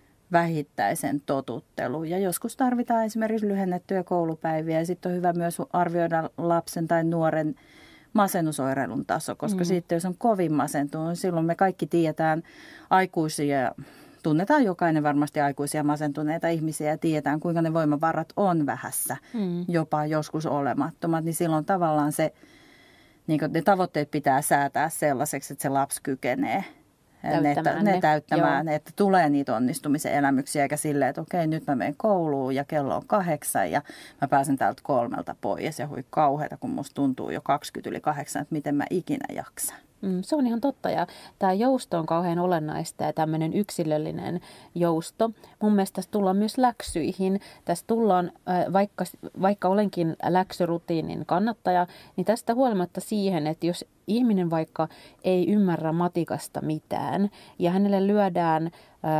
vähittäisen totuttelu ja joskus tarvitaan esimerkiksi lyhennettyjä koulupäiviä ja sitten on hyvä myös arvioida lapsen tai nuoren masennusoireilun taso, koska mm. sitten jos on kovin masentunut, niin silloin me kaikki tiedetään aikuisia, tunnetaan jokainen varmasti aikuisia masentuneita ihmisiä ja tiedetään, kuinka ne voimavarat on vähässä, mm. jopa joskus olemattomat, niin silloin tavallaan se, niin ne tavoitteet pitää säätää sellaiseksi, että se lapsi kykenee täyttämään ne, ne täyttämään, Joo. että tulee niitä onnistumisen elämyksiä, eikä silleen, että okei, nyt mä menen kouluun ja kello on kahdeksan ja mä pääsen täältä kolmelta pois ja hui kauheata, kun musta tuntuu jo kaksikymmentä yli kahdeksan, että miten mä ikinä jaksan. Mm, se on ihan totta ja tämä jousto on kauhean olennaista ja tämmöinen yksilöllinen jousto. Mun mielestä tässä tullaan myös läksyihin. Tässä tullaan, vaikka, vaikka olenkin läksyrutiinin kannattaja, niin tästä huolimatta siihen, että jos ihminen vaikka ei ymmärrä matikasta mitään ja hänelle lyödään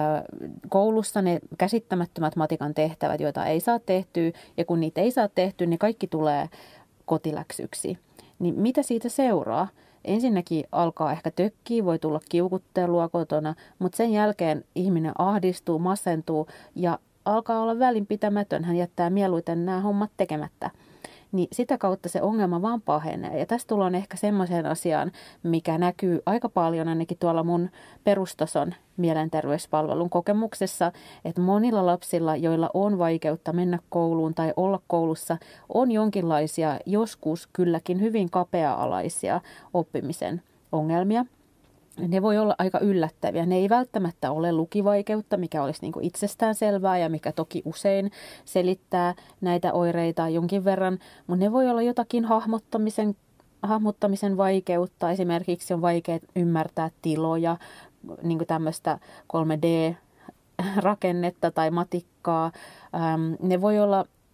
koulussa ne käsittämättömät matikan tehtävät, joita ei saa tehtyä ja kun niitä ei saa tehtyä, niin kaikki tulee kotiläksyksi. Niin mitä siitä seuraa? Ensinnäkin alkaa ehkä tökkiä, voi tulla kiukuttelua kotona, mutta sen jälkeen ihminen ahdistuu, masentuu ja alkaa olla välinpitämätön. Hän jättää mieluiten nämä hommat tekemättä. Niin sitä kautta se ongelma vaan pahenee. Ja tästä tullaan ehkä semmoiseen asiaan, mikä näkyy aika paljon ainakin tuolla mun perustason mielenterveyspalvelun kokemuksessa, että monilla lapsilla, joilla on vaikeutta mennä kouluun tai olla koulussa, on jonkinlaisia, joskus kylläkin hyvin kapea-alaisia oppimisen ongelmia. Ne voi olla aika yllättäviä. Ne ei välttämättä ole lukivaikeutta, mikä olisi niin kuin itsestään selvää ja mikä toki usein selittää näitä oireita jonkin verran, mutta ne voi olla jotakin hahmottamisen, hahmottamisen vaikeutta. Esimerkiksi on vaikea ymmärtää tiloja, niin kuin tämmöistä kolme D-rakennetta tai matikkaa. Ne voi olla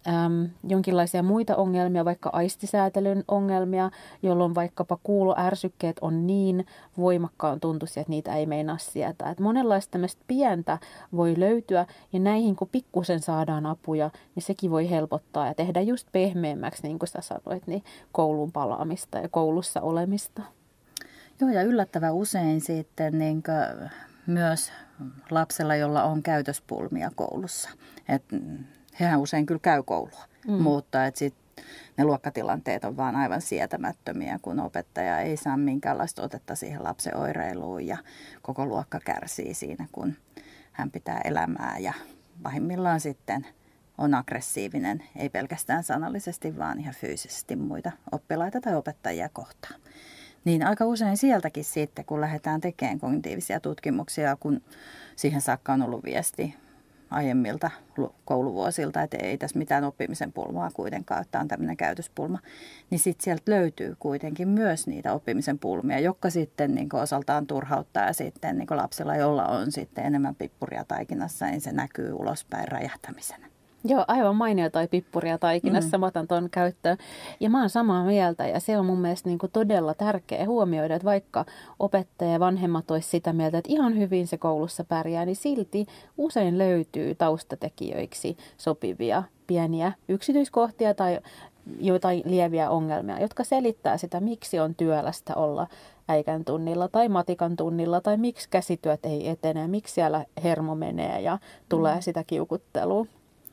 äm, jonkinlaisia muita ongelmia, vaikka aistisäätelyn ongelmia, jolloin vaikkapa kuuloärsykkeet on niin voimakkaan tuntuisia, että niitä ei meinaa sietää. Et monenlaista tämmöistä pientä voi löytyä ja näihin kun pikkusen saadaan apuja, niin sekin voi helpottaa ja tehdä just pehmeämmäksi, niin kuin sä sanoit, niin koulun palaamista ja koulussa olemista. Joo, ja yllättävän usein sitten niin kuin myös lapsella, jolla on käytöspulmia koulussa. Et hehän usein kyllä käy koulua, mm. mutta et sit ne luokkatilanteet on vaan aivan sietämättömiä, kun opettaja ei saa minkäänlaista otetta siihen lapsen oireiluun ja koko luokka kärsii siinä, kun hän pitää elämää ja pahimmillaan sitten on aggressiivinen, ei pelkästään sanallisesti, vaan ihan fyysisesti muita oppilaita tai opettajia kohtaan. Niin aika usein sieltäkin sitten, kun lähdetään tekemään kognitiivisia tutkimuksia, kun siihen saakka on ollut viesti aiemmilta kouluvuosilta, että ei tässä mitään oppimisen pulmaa kuitenkaan, että on tämmöinen käytöspulma, niin sitten sieltä löytyy kuitenkin myös niitä oppimisen pulmia, jotka sitten niin osaltaan turhauttaa ja sitten niin lapsilla, jolla on sitten enemmän pippuria taikinassa, niin se näkyy ulospäin räjähtämisenä. Joo, aivan mainio toi pippuria taikinassa, mm. mä otan ton käyttöön. Ja mä oon samaa mieltä ja se on mun mielestä niin kuin todella tärkeä huomioida, että vaikka opettaja ja vanhemmat olisi sitä mieltä, että ihan hyvin se koulussa pärjää, niin silti usein löytyy taustatekijöiksi sopivia pieniä yksityiskohtia tai jotain lieviä ongelmia, jotka selittää sitä, miksi on työlästä olla äikän tunnilla tai matikan tunnilla tai miksi käsityöt ei etene, miksi siellä hermo menee ja tulee mm. sitä kiukuttelua.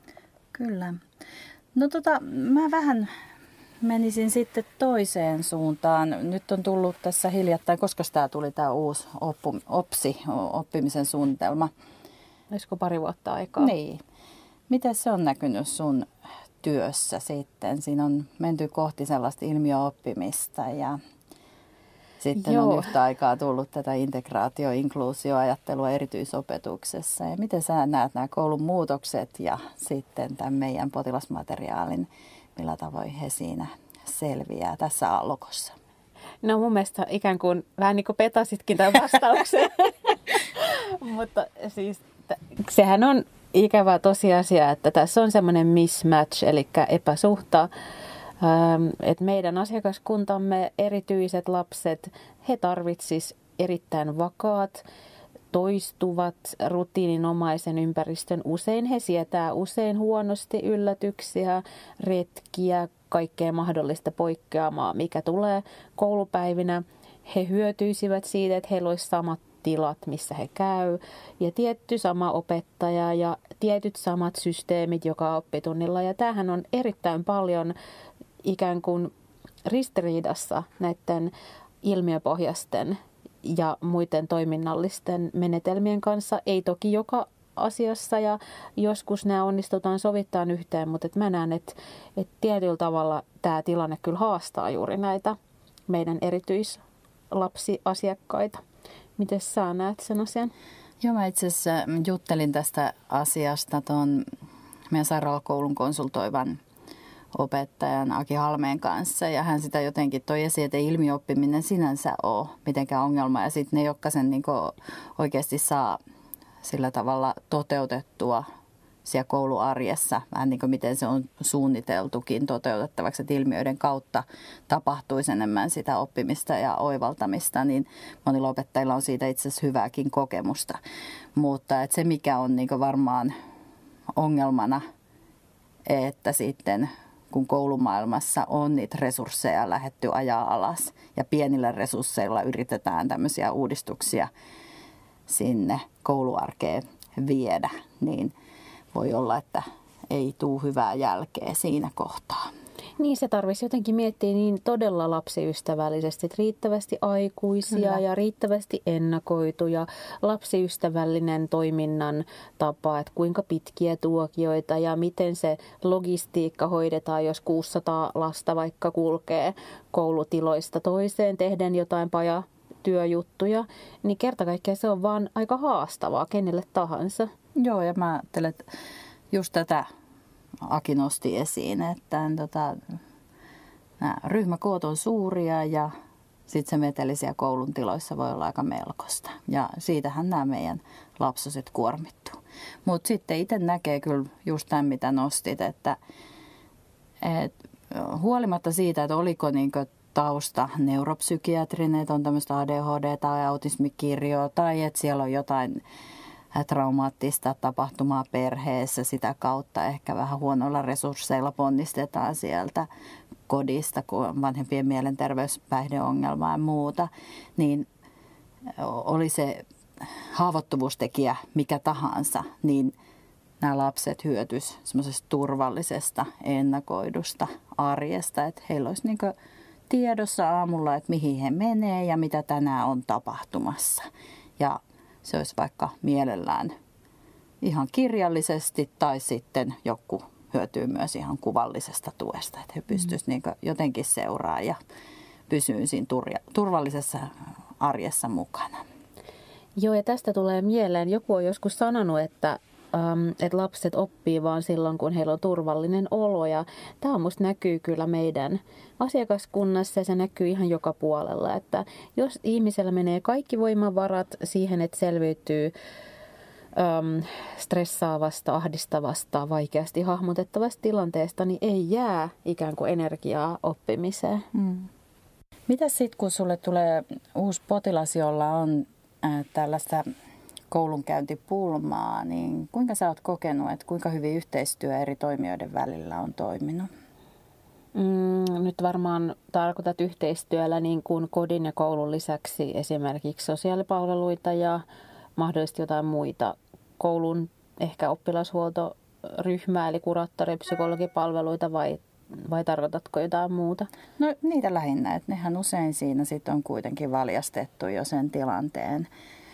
Kyllä. No tota, mä vähän menisin sitten toiseen suuntaan. Nyt on tullut tässä hiljattain, koska tämä tuli tämä uusi oppu, OPSI, oppimisen suunnitelma. Olisiko pari vuotta aikaa? Niin. Miten se on näkynyt sun työssä sitten? Siinä on menty kohti sellaista ilmiöoppimista ja sitten Joo. on yhtä aikaa tullut tätä integraatio- ja inkluusioajattelua erityisopetuksessa. Ja miten sä näet nämä koulun muutokset ja sitten tämän meidän potilasmateriaalin, millä tavoin he siinä selviää tässä aallokossa? No mun mielestä ikään kuin vähän niin kuin petasitkin tämän vastauksen. Mutta siis t- sehän on ikävä tosiasia, että tässä on semmoinen mismatch, eli epäsuhta. Että meidän asiakaskuntamme erityiset lapset, he tarvitsis erittäin vakaat, toistuvat, rutiininomaisen ympäristön. Usein he sietää usein huonosti yllätyksiä, retkiä, kaikkea mahdollista poikkeamaa, mikä tulee koulupäivinä. He hyötyisivät siitä, että heillä olisi samat tilat, missä he käy, ja tietty sama opettaja ja tietyt samat systeemit joka oppitunnilla. Ja tämähän on erittäin paljon ikään kuin ristiriidassa näiden ilmiöpohjaisten ja muiden toiminnallisten menetelmien kanssa. Ei toki joka asiassa ja joskus nämä onnistutaan sovittamaan yhteen, mutta et mä näen, että et tietyllä tavalla tämä tilanne kyllä haastaa juuri näitä meidän erityislapsiasiakkaita. Miten sä näet sen asian? Joo, mä itse asiassa juttelin tästä asiasta tuon meidän sairaalakoulun konsultoivan opettajan Aki Halmeen kanssa ja hän sitä jotenkin toi esiin, että ei ilmiöoppiminen sinänsä ole mitenkään ongelma ja sitten ne, jotka sen niin oikeasti saa sillä tavalla toteutettua siellä kouluarjessa, vähän niin kuin miten se on suunniteltukin toteutettavaksi, että ilmiöiden kautta tapahtuisi enemmän sitä oppimista ja oivaltamista, niin monilla opettajilla on siitä itse asiassa hyvääkin kokemusta. Mutta että se, mikä on niin kuin varmaan ongelmana, että sitten kun koulumaailmassa on niitä resursseja lähdetty ajaa alas ja pienillä resursseilla yritetään tämmöisiä uudistuksia sinne kouluarkeen viedä, niin voi olla, että ei tule hyvää jälkeä siinä kohtaa. Niin, se tarvitsisi jotenkin miettiä niin todella lapsiystävällisesti, että riittävästi aikuisia Kyllä. ja riittävästi ennakoituja, lapsiystävällinen toiminnan tapa, että kuinka pitkiä tuokioita ja miten se logistiikka hoidetaan, jos kuusisataa lasta vaikka kulkee koulutiloista toiseen tehden jotain pajatyöjuttuja, niin kerta kaikkiaan se on vaan aika haastavaa kenelle tahansa. Joo, ja mä ajattelen, että just tätä Aki nosti esiin, että tota, nämä ryhmäkoot on suuria ja sitten se meteli siellä koulun tiloissa voi olla aika melkoista. Ja siitähän nämä meidän lapsoset kuormittuu. Mutta sitten itse näkee kyllä just tämän, mitä nostit, että Et huolimatta siitä, että oliko niinku tausta neuropsykiatrinen, että on tämmöistä A D H D tai autismikirjoa tai että siellä on jotain traumaattista tapahtumaa perheessä, sitä kautta ehkä vähän huonoilla resursseilla ponnistetaan sieltä kodista, kun on vanhempien mielenterveyspäihdeongelmaa ja muuta, niin oli se haavoittuvuustekijä mikä tahansa, niin nämä lapset hyötyisivät semmoisesta turvallisesta, ennakoidusta arjesta, että heillä olisi niin kuin tiedossa aamulla, että mihin he menee ja mitä tänään on tapahtumassa. Ja se olisi vaikka mielellään ihan kirjallisesti tai sitten joku hyötyy myös ihan kuvallisesta tuesta, että he pystyisivät niin kuin jotenkin seuraamaan ja pysyä siinä turvallisessa arjessa mukana. Joo, ja tästä tulee mieleen, joku on joskus sanonut, että, ähm, että lapset oppii vaan silloin, kun heillä on turvallinen olo. Ja tämä musta näkyy kyllä meidän asiakaskunnassa ja se näkyy ihan joka puolella. Että jos ihmisellä menee kaikki voimavarat siihen, että selviytyy ähm, stressaavasta, ahdistavasta, vaikeasti hahmotettavasta tilanteesta, niin ei jää ikään kuin energiaa oppimiseen. Mm. Mitäs sitten, kun sulle tulee uusi potilas, jolla on äh, tällaista koulunkäyntipulmaa, niin kuinka sä oot kokenut, että kuinka hyvin yhteistyö eri toimijoiden välillä on toiminut? Mm, nyt varmaan tarkoitat yhteistyöllä niin kuin kodin ja koulun lisäksi esimerkiksi sosiaalipalveluita ja mahdollisesti jotain muita koulun ehkä oppilashuoltoryhmää, eli kuraattori- psykologipalveluita vai Vai tarkoitatko jotain muuta? No niitä lähinnä, että nehän usein siinä sit on kuitenkin valjastettu jo sen tilanteen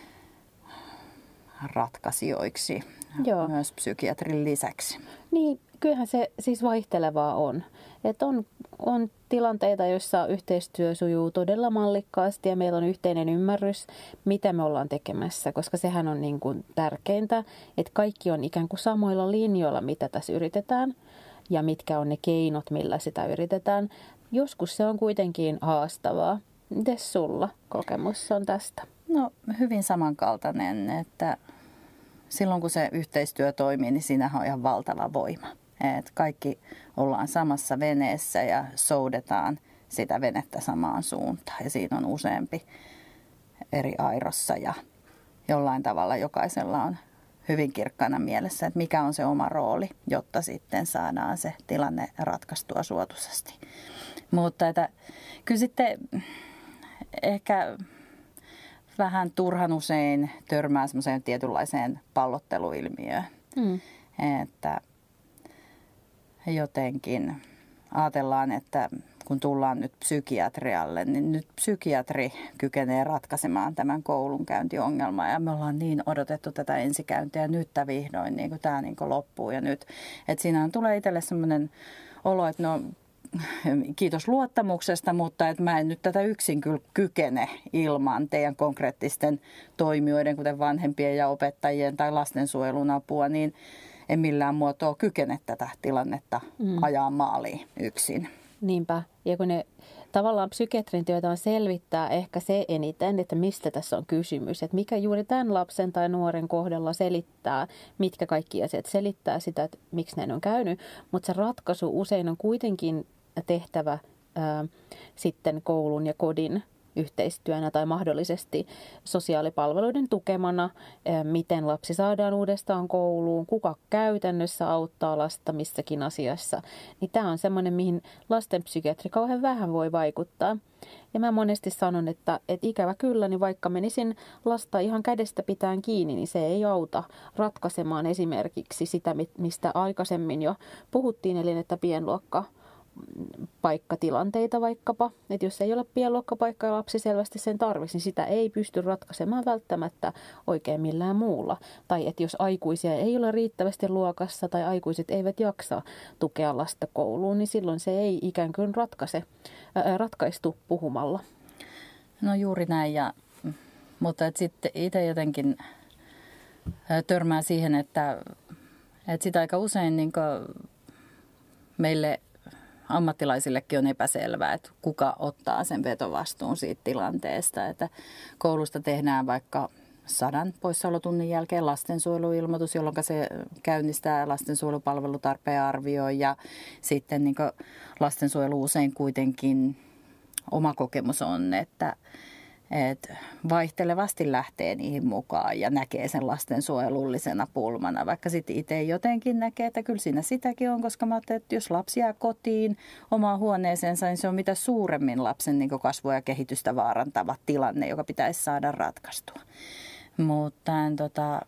ratkaisijoiksi. Joo. Myös psykiatrin lisäksi. Niin, kyllähän se siis vaihtelevaa on. Että on, on tilanteita, joissa yhteistyö sujuu todella mallikkaasti ja meillä on yhteinen ymmärrys, mitä me ollaan tekemässä, koska sehän on niin kuin tärkeintä, että kaikki on ikään kuin samoilla linjoilla, mitä tässä yritetään. Ja mitkä on ne keinot, millä sitä yritetään. Joskus se on kuitenkin haastavaa. Mites sulla kokemus on tästä? No hyvin samankaltainen, että silloin kun se yhteistyö toimii, niin siinähän on ihan valtava voima. Et kaikki ollaan samassa veneessä ja soudetaan sitä venettä samaan suuntaan. Ja siinä on useampi eri airossa ja jollain tavalla jokaisella on hyvin kirkkana mielessä, että mikä on se oma rooli, jotta sitten saadaan se tilanne ratkaistua suotuisasti. Mutta että, kyllä sitten ehkä vähän turhan usein törmää semmoiseen tietynlaiseen pallotteluilmiöön, mm. että jotenkin ajatellaan, että kun tullaan nyt psykiatrialle, niin nyt psykiatri kykenee ratkaisemaan tämän koulunkäyntiongelman. Ja me ollaan niin odotettu tätä ensikäyntiä nyt vihdoin, niin kuin tämä niin kuin loppuu ja nyt. Että siinä tulee itselle sellainen olo, että no kiitos luottamuksesta, mutta että mä en nyt tätä yksin kyllä kykene ilman teidän konkreettisten toimijoiden, kuten vanhempien ja opettajien tai lastensuojelun apua, niin en millään muotoa kykene tätä tilannetta mm. ajaa maaliin yksin. Niinpä. Ja kun ne tavallaan psykiatrin työtä on selvittää ehkä se eniten, että mistä tässä on kysymys. Että mikä juuri tämän lapsen tai nuoren kohdalla selittää, mitkä kaikki asiat selittää sitä, että miksi näin on käynyt. Mutta se ratkaisu usein on kuitenkin tehtävä ää, sitten koulun ja kodin yhteistyönä tai mahdollisesti sosiaalipalveluiden tukemana, miten lapsi saadaan uudestaan kouluun, kuka käytännössä auttaa lasta missäkin asiassa. Niin tämä on semmoinen, mihin lastenpsykiatri kauhean vähän voi vaikuttaa. Ja mä monesti sanon, että, että ikävä kyllä, niin vaikka menisin lasta ihan kädestä pitäen kiinni, niin se ei auta ratkaisemaan esimerkiksi sitä, mistä aikaisemmin jo puhuttiin, eli että pienluokka paikkatilanteita vaikkapa, että jos ei ole pienluokkapaikka ja lapsi selvästi sen tarvitsisi, niin sitä ei pysty ratkaisemaan välttämättä oikein millään muulla. Tai että jos aikuisia ei ole riittävästi luokassa tai aikuiset eivät jaksa tukea lasta kouluun, niin silloin se ei ikään kuin ratkaise, ää, ratkaistu puhumalla. No juuri näin, ja, mutta et sitten itse jotenkin törmää siihen, että, että sitä aika usein niin meille ammattilaisillekin on epäselvää, että kuka ottaa sen vetovastuun siitä tilanteesta, että koulusta tehdään vaikka sadan poissaolotunnin jälkeen lastensuojeluilmoitus, jolloin se käynnistää lastensuojelupalvelutarpeen arvioi ja sitten niin kuin lastensuojelu usein kuitenkin oma kokemus on, että, että vaihtelevasti lähtee niihin mukaan ja näkee sen lastensuojelullisena pulmana, vaikka sitten itse jotenkin näkee, että kyllä siinä sitäkin on, koska mä ajattelen, että jos lapsi jää kotiin omaan huoneeseensa, niin se on mitä suuremmin lapsen niin kuin kasvua ja kehitystä vaarantava tilanne, joka pitäisi saada ratkaistua. Mutta tota,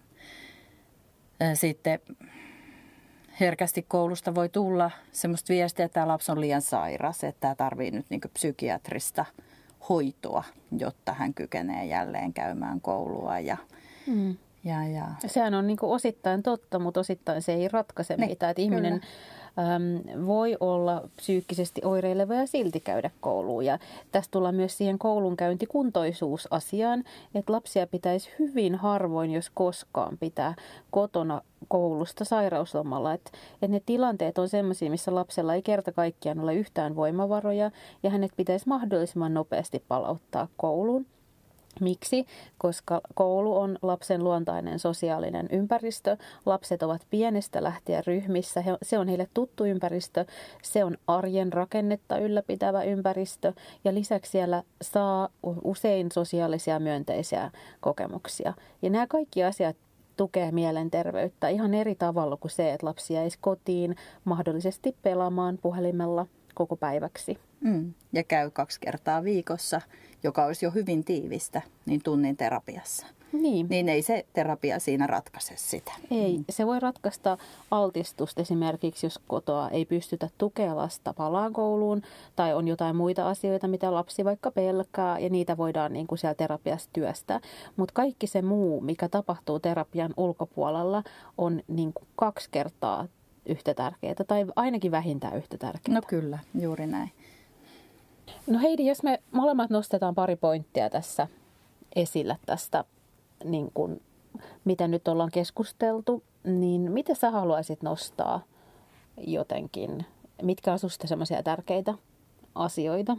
sitten herkästi koulusta voi tulla semmoista viestiä, että tämä lapsi on liian sairas, että tämä tarvitsee nyt niin kuin psykiatrista hoitoa, jotta hän kykenee jälleen käymään koulua. Ja, mm. ja, ja. Sehän on niin kuin osittain totta, mutta osittain se ei ratkaise ne, mitään. Että ihminen äm, voi olla psyykkisesti oireileva ja silti käydä kouluun. Ja tästä tullaan myös siihen koulunkäyntikuntoisuusasiaan, että lapsia pitäisi hyvin harvoin, jos koskaan, pitää kotona koulusta sairauslomalla. Että et ne tilanteet on sellaisia, missä lapsella ei kerta kaikkiaan ole yhtään voimavaroja ja hänet pitäisi mahdollisimman nopeasti palauttaa kouluun. Miksi? Koska koulu on lapsen luontainen sosiaalinen ympäristö. Lapset ovat pienestä lähtien ryhmissä. Se on heille tuttu ympäristö. Se on arjen rakennetta ylläpitävä ympäristö. Ja lisäksi siellä saa usein sosiaalisia myönteisiä kokemuksia. Ja nämä kaikki asiat tukee mielenterveyttä ihan eri tavalla kuin se, että lapsi jäisi kotiin mahdollisesti pelaamaan puhelimella koko päiväksi. Mm. Ja käy kaksi kertaa viikossa, joka olisi jo hyvin tiivistä, niin tunnin terapiassa. Niin. Niin ei se terapia siinä ratkaise sitä. Ei, se voi ratkaista altistusta esimerkiksi, jos kotoa ei pystytä tukea lasta palaan kouluun tai on jotain muita asioita, mitä lapsi vaikka pelkää ja niitä voidaan niin kuin siellä terapiassa työstää. Mutta kaikki se muu, mikä tapahtuu terapian ulkopuolella, on niin kuin kaksi kertaa yhtä tärkeää tai ainakin vähintään yhtä tärkeää. No kyllä, juuri näin. No Heidi, jos me molemmat nostetaan pari pointtia tässä esillä tästä, niin kuin, mitä nyt ollaan keskusteltu, niin mitä sä haluaisit nostaa jotenkin? Mitkä on susta semmoisia tärkeitä asioita?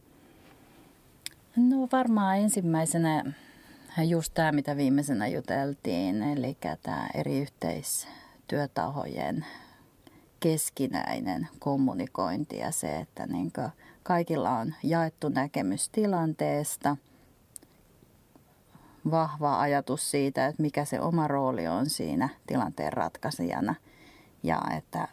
No varmaan ensimmäisenä just tämä, mitä viimeisenä juteltiin, eli tämä eri yhteistyötahojen keskinäinen kommunikointi ja se, että niin kuin kaikilla on jaettu näkemys tilanteesta, vahva ajatus siitä, että mikä se oma rooli on siinä tilanteen ratkaisijana ja että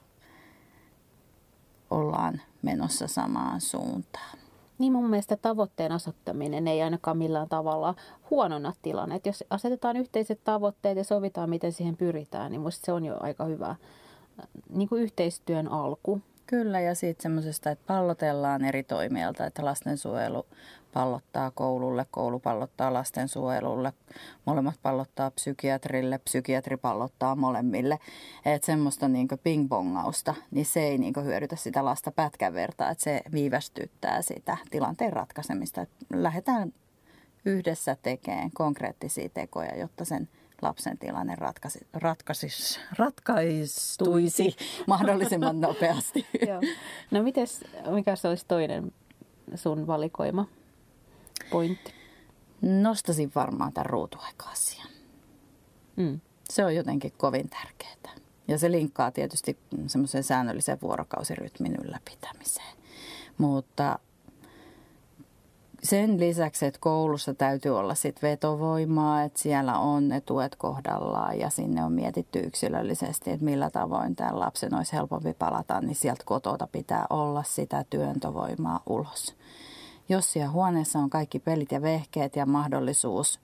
ollaan menossa samaan suuntaan. Niin mun mielestä tavoitteen asettaminen ei ainakaan millään tavalla huonona tilanne. Että jos asetetaan yhteiset tavoitteet ja sovitaan, miten siihen pyritään, niin musta se on jo aika hyvä niin kuin yhteistyön alku. Kyllä, ja sitten semmoisesta, että pallotellaan eri toimijalta, että lastensuojelu pallottaa koululle, koulu pallottaa lastensuojelulle, molemmat pallottaa psykiatrille, psykiatri pallottaa molemmille. Että semmoista niinku ping-pongausta, niin se ei niinku hyödytä sitä lasta pätkän vertaa, että se viivästyttää sitä tilanteen ratkaisemista. Että lähdetään yhdessä tekemään konkreettisia tekoja, jotta sen lapsen tilanne ratkaisi, ratkaisis, ratkaistuisi mahdollisimman nopeasti. Joo. No mites, mikä se olisi toinen sun valikoima pointti? Nostaisin varmaan tämän ruutuaika-asian. Mm. Se on jotenkin kovin tärkeää. Ja se linkkaa tietysti semmoiseen säännölliseen vuorokausirytmin ylläpitämiseen. Mutta sen lisäksi, että koulussa täytyy olla sit vetovoimaa, että siellä on ne tuet kohdallaan ja sinne on mietitty yksilöllisesti, että millä tavoin tämän lapsen olisi helpompi palata, niin sieltä kotota pitää olla sitä työntövoimaa ulos. Jos siellä huoneessa on kaikki pelit ja vehkeet ja mahdollisuus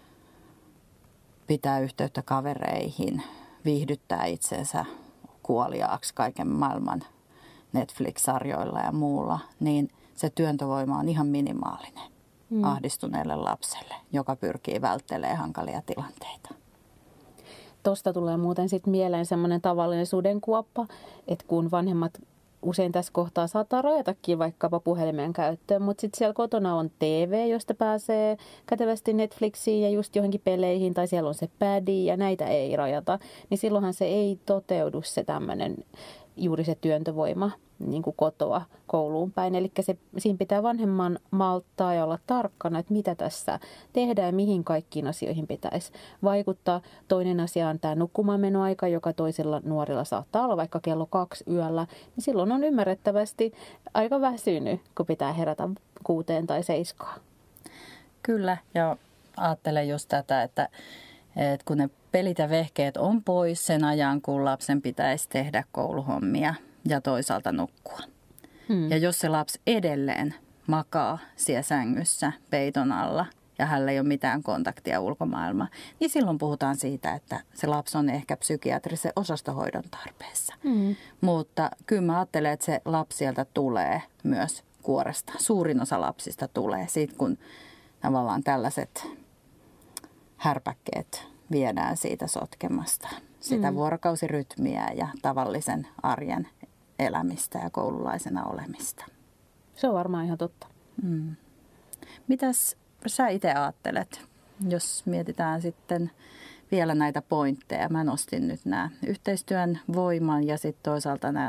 pitää yhteyttä kavereihin, viihdyttää itsensä kuoliaaksi kaiken maailman Netflix-sarjoilla ja muulla, niin se työntövoima on ihan minimaalinen mm. ahdistuneelle lapselle, joka pyrkii välttelemään hankalia tilanteita. Tuosta tulee muuten sitten mieleen semmoinen tavallinen sudenkuoppa, että kun vanhemmat usein tässä kohtaa saattaa rajatakin vaikkapa puhelimen käyttöön, mutta sitten siellä kotona on T V, josta pääsee kätevästi Netflixiin ja just johonkin peleihin, tai siellä on se pädi ja näitä ei rajata, niin silloinhan se ei toteudu se tämmöinen juuri se työntövoima niin kuin kotoa kouluun päin. Eli se, siinä pitää vanhemman malttaa ja olla tarkkana, että mitä tässä tehdään ja mihin kaikkiin asioihin pitäisi vaikuttaa. Toinen asia on tämä nukkumaanmenoaika, joka toisilla nuorilla saattaa olla vaikka kello kaksi yöllä. Niin silloin on ymmärrettävästi aika väsynyt, kun pitää herätä kuuteen tai seiskaan. Kyllä, ja ajattelen just tätä, että, että kun ne pelit ja vehkeet on pois sen ajan, kun lapsen pitäisi tehdä kouluhommia ja toisaalta nukkua. Hmm. Ja jos se lapsi edelleen makaa siellä sängyssä peiton alla ja hänellä ei ole mitään kontaktia ulkomaailmaan, niin silloin puhutaan siitä, että se lapsi on ehkä psykiatrisen osastohoidon tarpeessa. Hmm. Mutta kyllä mä ajattelen, että se lapsi sieltä tulee myös kuoresta. Suurin osa lapsista tulee siitä, kun tavallaan tällaiset härpäkkeet viedään siitä sotkemasta. Sitä mm. vuorokausirytmiä ja tavallisen arjen elämistä ja koululaisena olemista. Se on varmaan ihan totta. Mm. Mitäs sä itse ajattelet, jos mietitään sitten vielä näitä pointteja? Mä nostin nyt nämä yhteistyön voiman ja sitten toisaalta nämä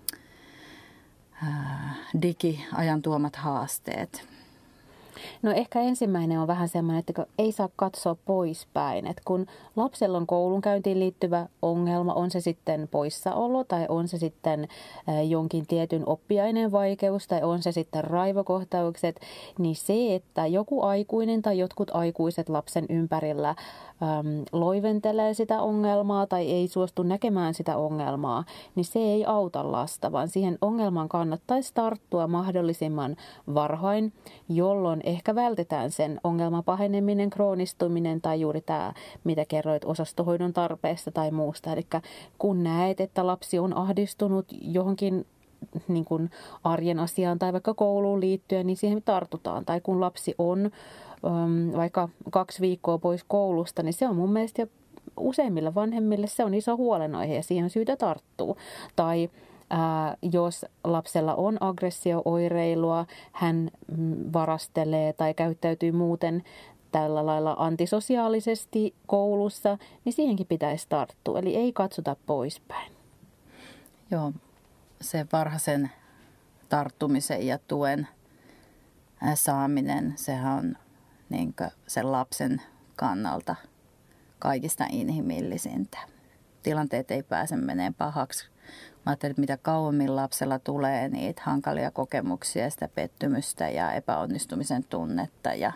ää, digiajan tuomat haasteet. No ehkä ensimmäinen on vähän semmoinen, että ei saa katsoa poispäin. Että kun lapsella on koulunkäyntiin liittyvä ongelma, on se sitten poissaolo tai on se sitten jonkin tietyn oppiaineen vaikeus tai on se sitten raivokohtaukset, niin se, että joku aikuinen tai jotkut aikuiset lapsen ympärillä äm, loiventelee sitä ongelmaa tai ei suostu näkemään sitä ongelmaa, niin se ei auta lasta, vaan siihen ongelmaan kannattaisi tarttua mahdollisimman varhain, jolloin ehkä vältetään sen ongelman paheneminen, kroonistuminen tai juuri tämä, mitä kerroit osastohoidon tarpeesta tai muusta. Eli kun näet, että lapsi on ahdistunut johonkin niin kuin arjen asiaan tai vaikka kouluun liittyen, niin siihen tartutaan. Tai kun lapsi on äm, vaikka kaksi viikkoa pois koulusta, niin se on mun mielestä jo useimmilla vanhemmille se on iso huolenaihe ja siihen on syytä tarttua. Tai Ää, jos lapsella on aggressio-oireilua, hän varastelee tai käyttäytyy muuten tällä lailla antisosiaalisesti koulussa, niin siihenkin pitäisi tarttua. Eli ei katsota poispäin. Joo, se varhaisen tarttumisen ja tuen saaminen, sehän on niin kuin sen lapsen kannalta kaikista inhimillisintä. Tilanteet ei pääse menee pahaksi. Mä ajattelin, että mitä kauemmin lapsella tulee niitä hankalia kokemuksia, sitä pettymystä ja epäonnistumisen tunnetta ja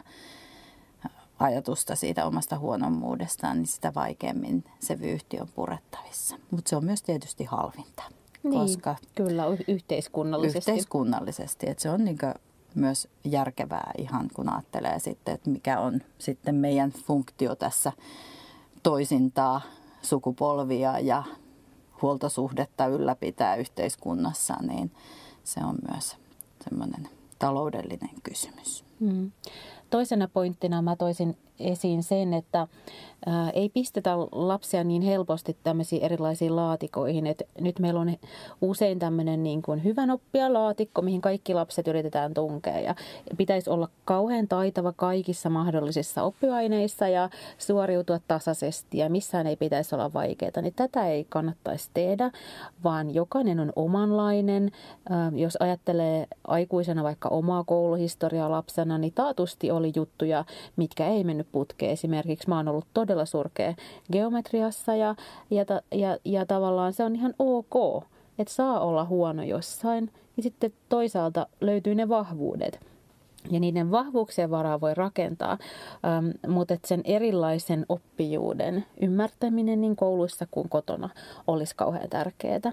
ajatusta siitä omasta huonommuudestaan, niin sitä vaikeammin se vyyhti on purettavissa. Mutta se on myös tietysti halvinta. Niin, koska kyllä yhteiskunnallisesti. Yhteiskunnallisesti, että se on niin kuin myös järkevää ihan, kun ajattelee sitten, että mikä on sitten meidän funktio tässä toisintaa sukupolvia ja huoltosuhdetta ylläpitää yhteiskunnassa, niin se on myös semmoinen taloudellinen kysymys. Hmm. Toisena pointtina mä toisin esiin sen, että ää, ei pistetä lapsia niin helposti tämmöisiin erilaisiin laatikoihin. Et nyt meillä on usein tämmöinen niin kuin hyvän oppia laatikko, mihin kaikki lapset yritetään tunkea. Ja pitäisi olla kauhean taitava kaikissa mahdollisissa oppiaineissa ja suoriutua tasaisesti ja missään ei pitäisi olla vaikeaa. Niin tätä ei kannattaisi tehdä, vaan jokainen on omanlainen. Ää, jos ajattelee aikuisena vaikka omaa kouluhistoriaa lapsena, niin taatusti oli juttuja, mitkä ei mennyt putkeen. Esimerkiksi mä oon ollut todella surkea geometriassa ja, ja, ja, ja tavallaan se on ihan ok, että saa olla huono jossain. Ja sitten toisaalta löytyy ne vahvuudet. Ja niiden vahvuuksien varaa voi rakentaa, ähm, mutta sen erilaisen oppijuuden ymmärtäminen niin kouluissa kuin kotona olisi kauhean tärkeää.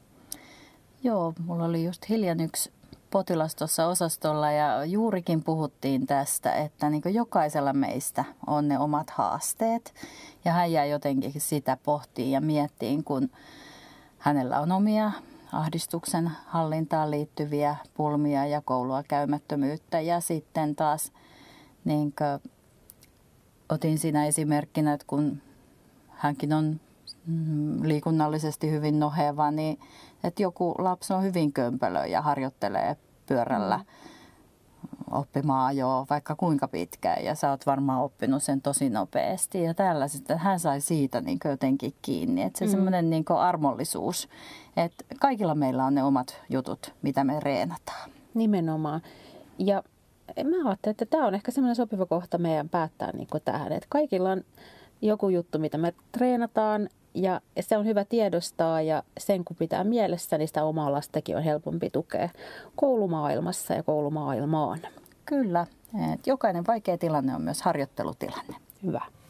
Joo, mulla oli just hiljan yksi potilas tuossa osastolla ja juurikin puhuttiin tästä, että niin kuin jokaisella meistä on ne omat haasteet ja hän jää jotenkin sitä pohtiin ja miettiin, kun hänellä on omia ahdistuksen hallintaan liittyviä pulmia ja koulua käymättömyyttä ja sitten taas niin kuin otin siinä esimerkkinä, että kun hänkin on liikunnallisesti hyvin noheva, niin että joku lapsi on hyvin kömpelö ja harjoittelee pyörällä oppimaan jo vaikka kuinka pitkään ja sä oot varmaan oppinut sen tosi nopeasti ja tällaiset, hän sai siitä niin jotenkin kiinni, että se mm. semmoinen niin armollisuus, että kaikilla meillä on ne omat jutut, mitä me reenataan. Nimenomaan. Ja mä ajattelen, että tämä on ehkä semmoinen sopiva kohta meidän päättää niin kuin tähän, että kaikilla on joku juttu, mitä me treenataan ja se on hyvä tiedostaa ja sen kun pitää mielessä, niin sitä omaa lastakin on helpompi tukea koulumaailmassa ja koulumaailmaan. Kyllä. Jokainen vaikea tilanne on myös harjoittelutilanne. Hyvä.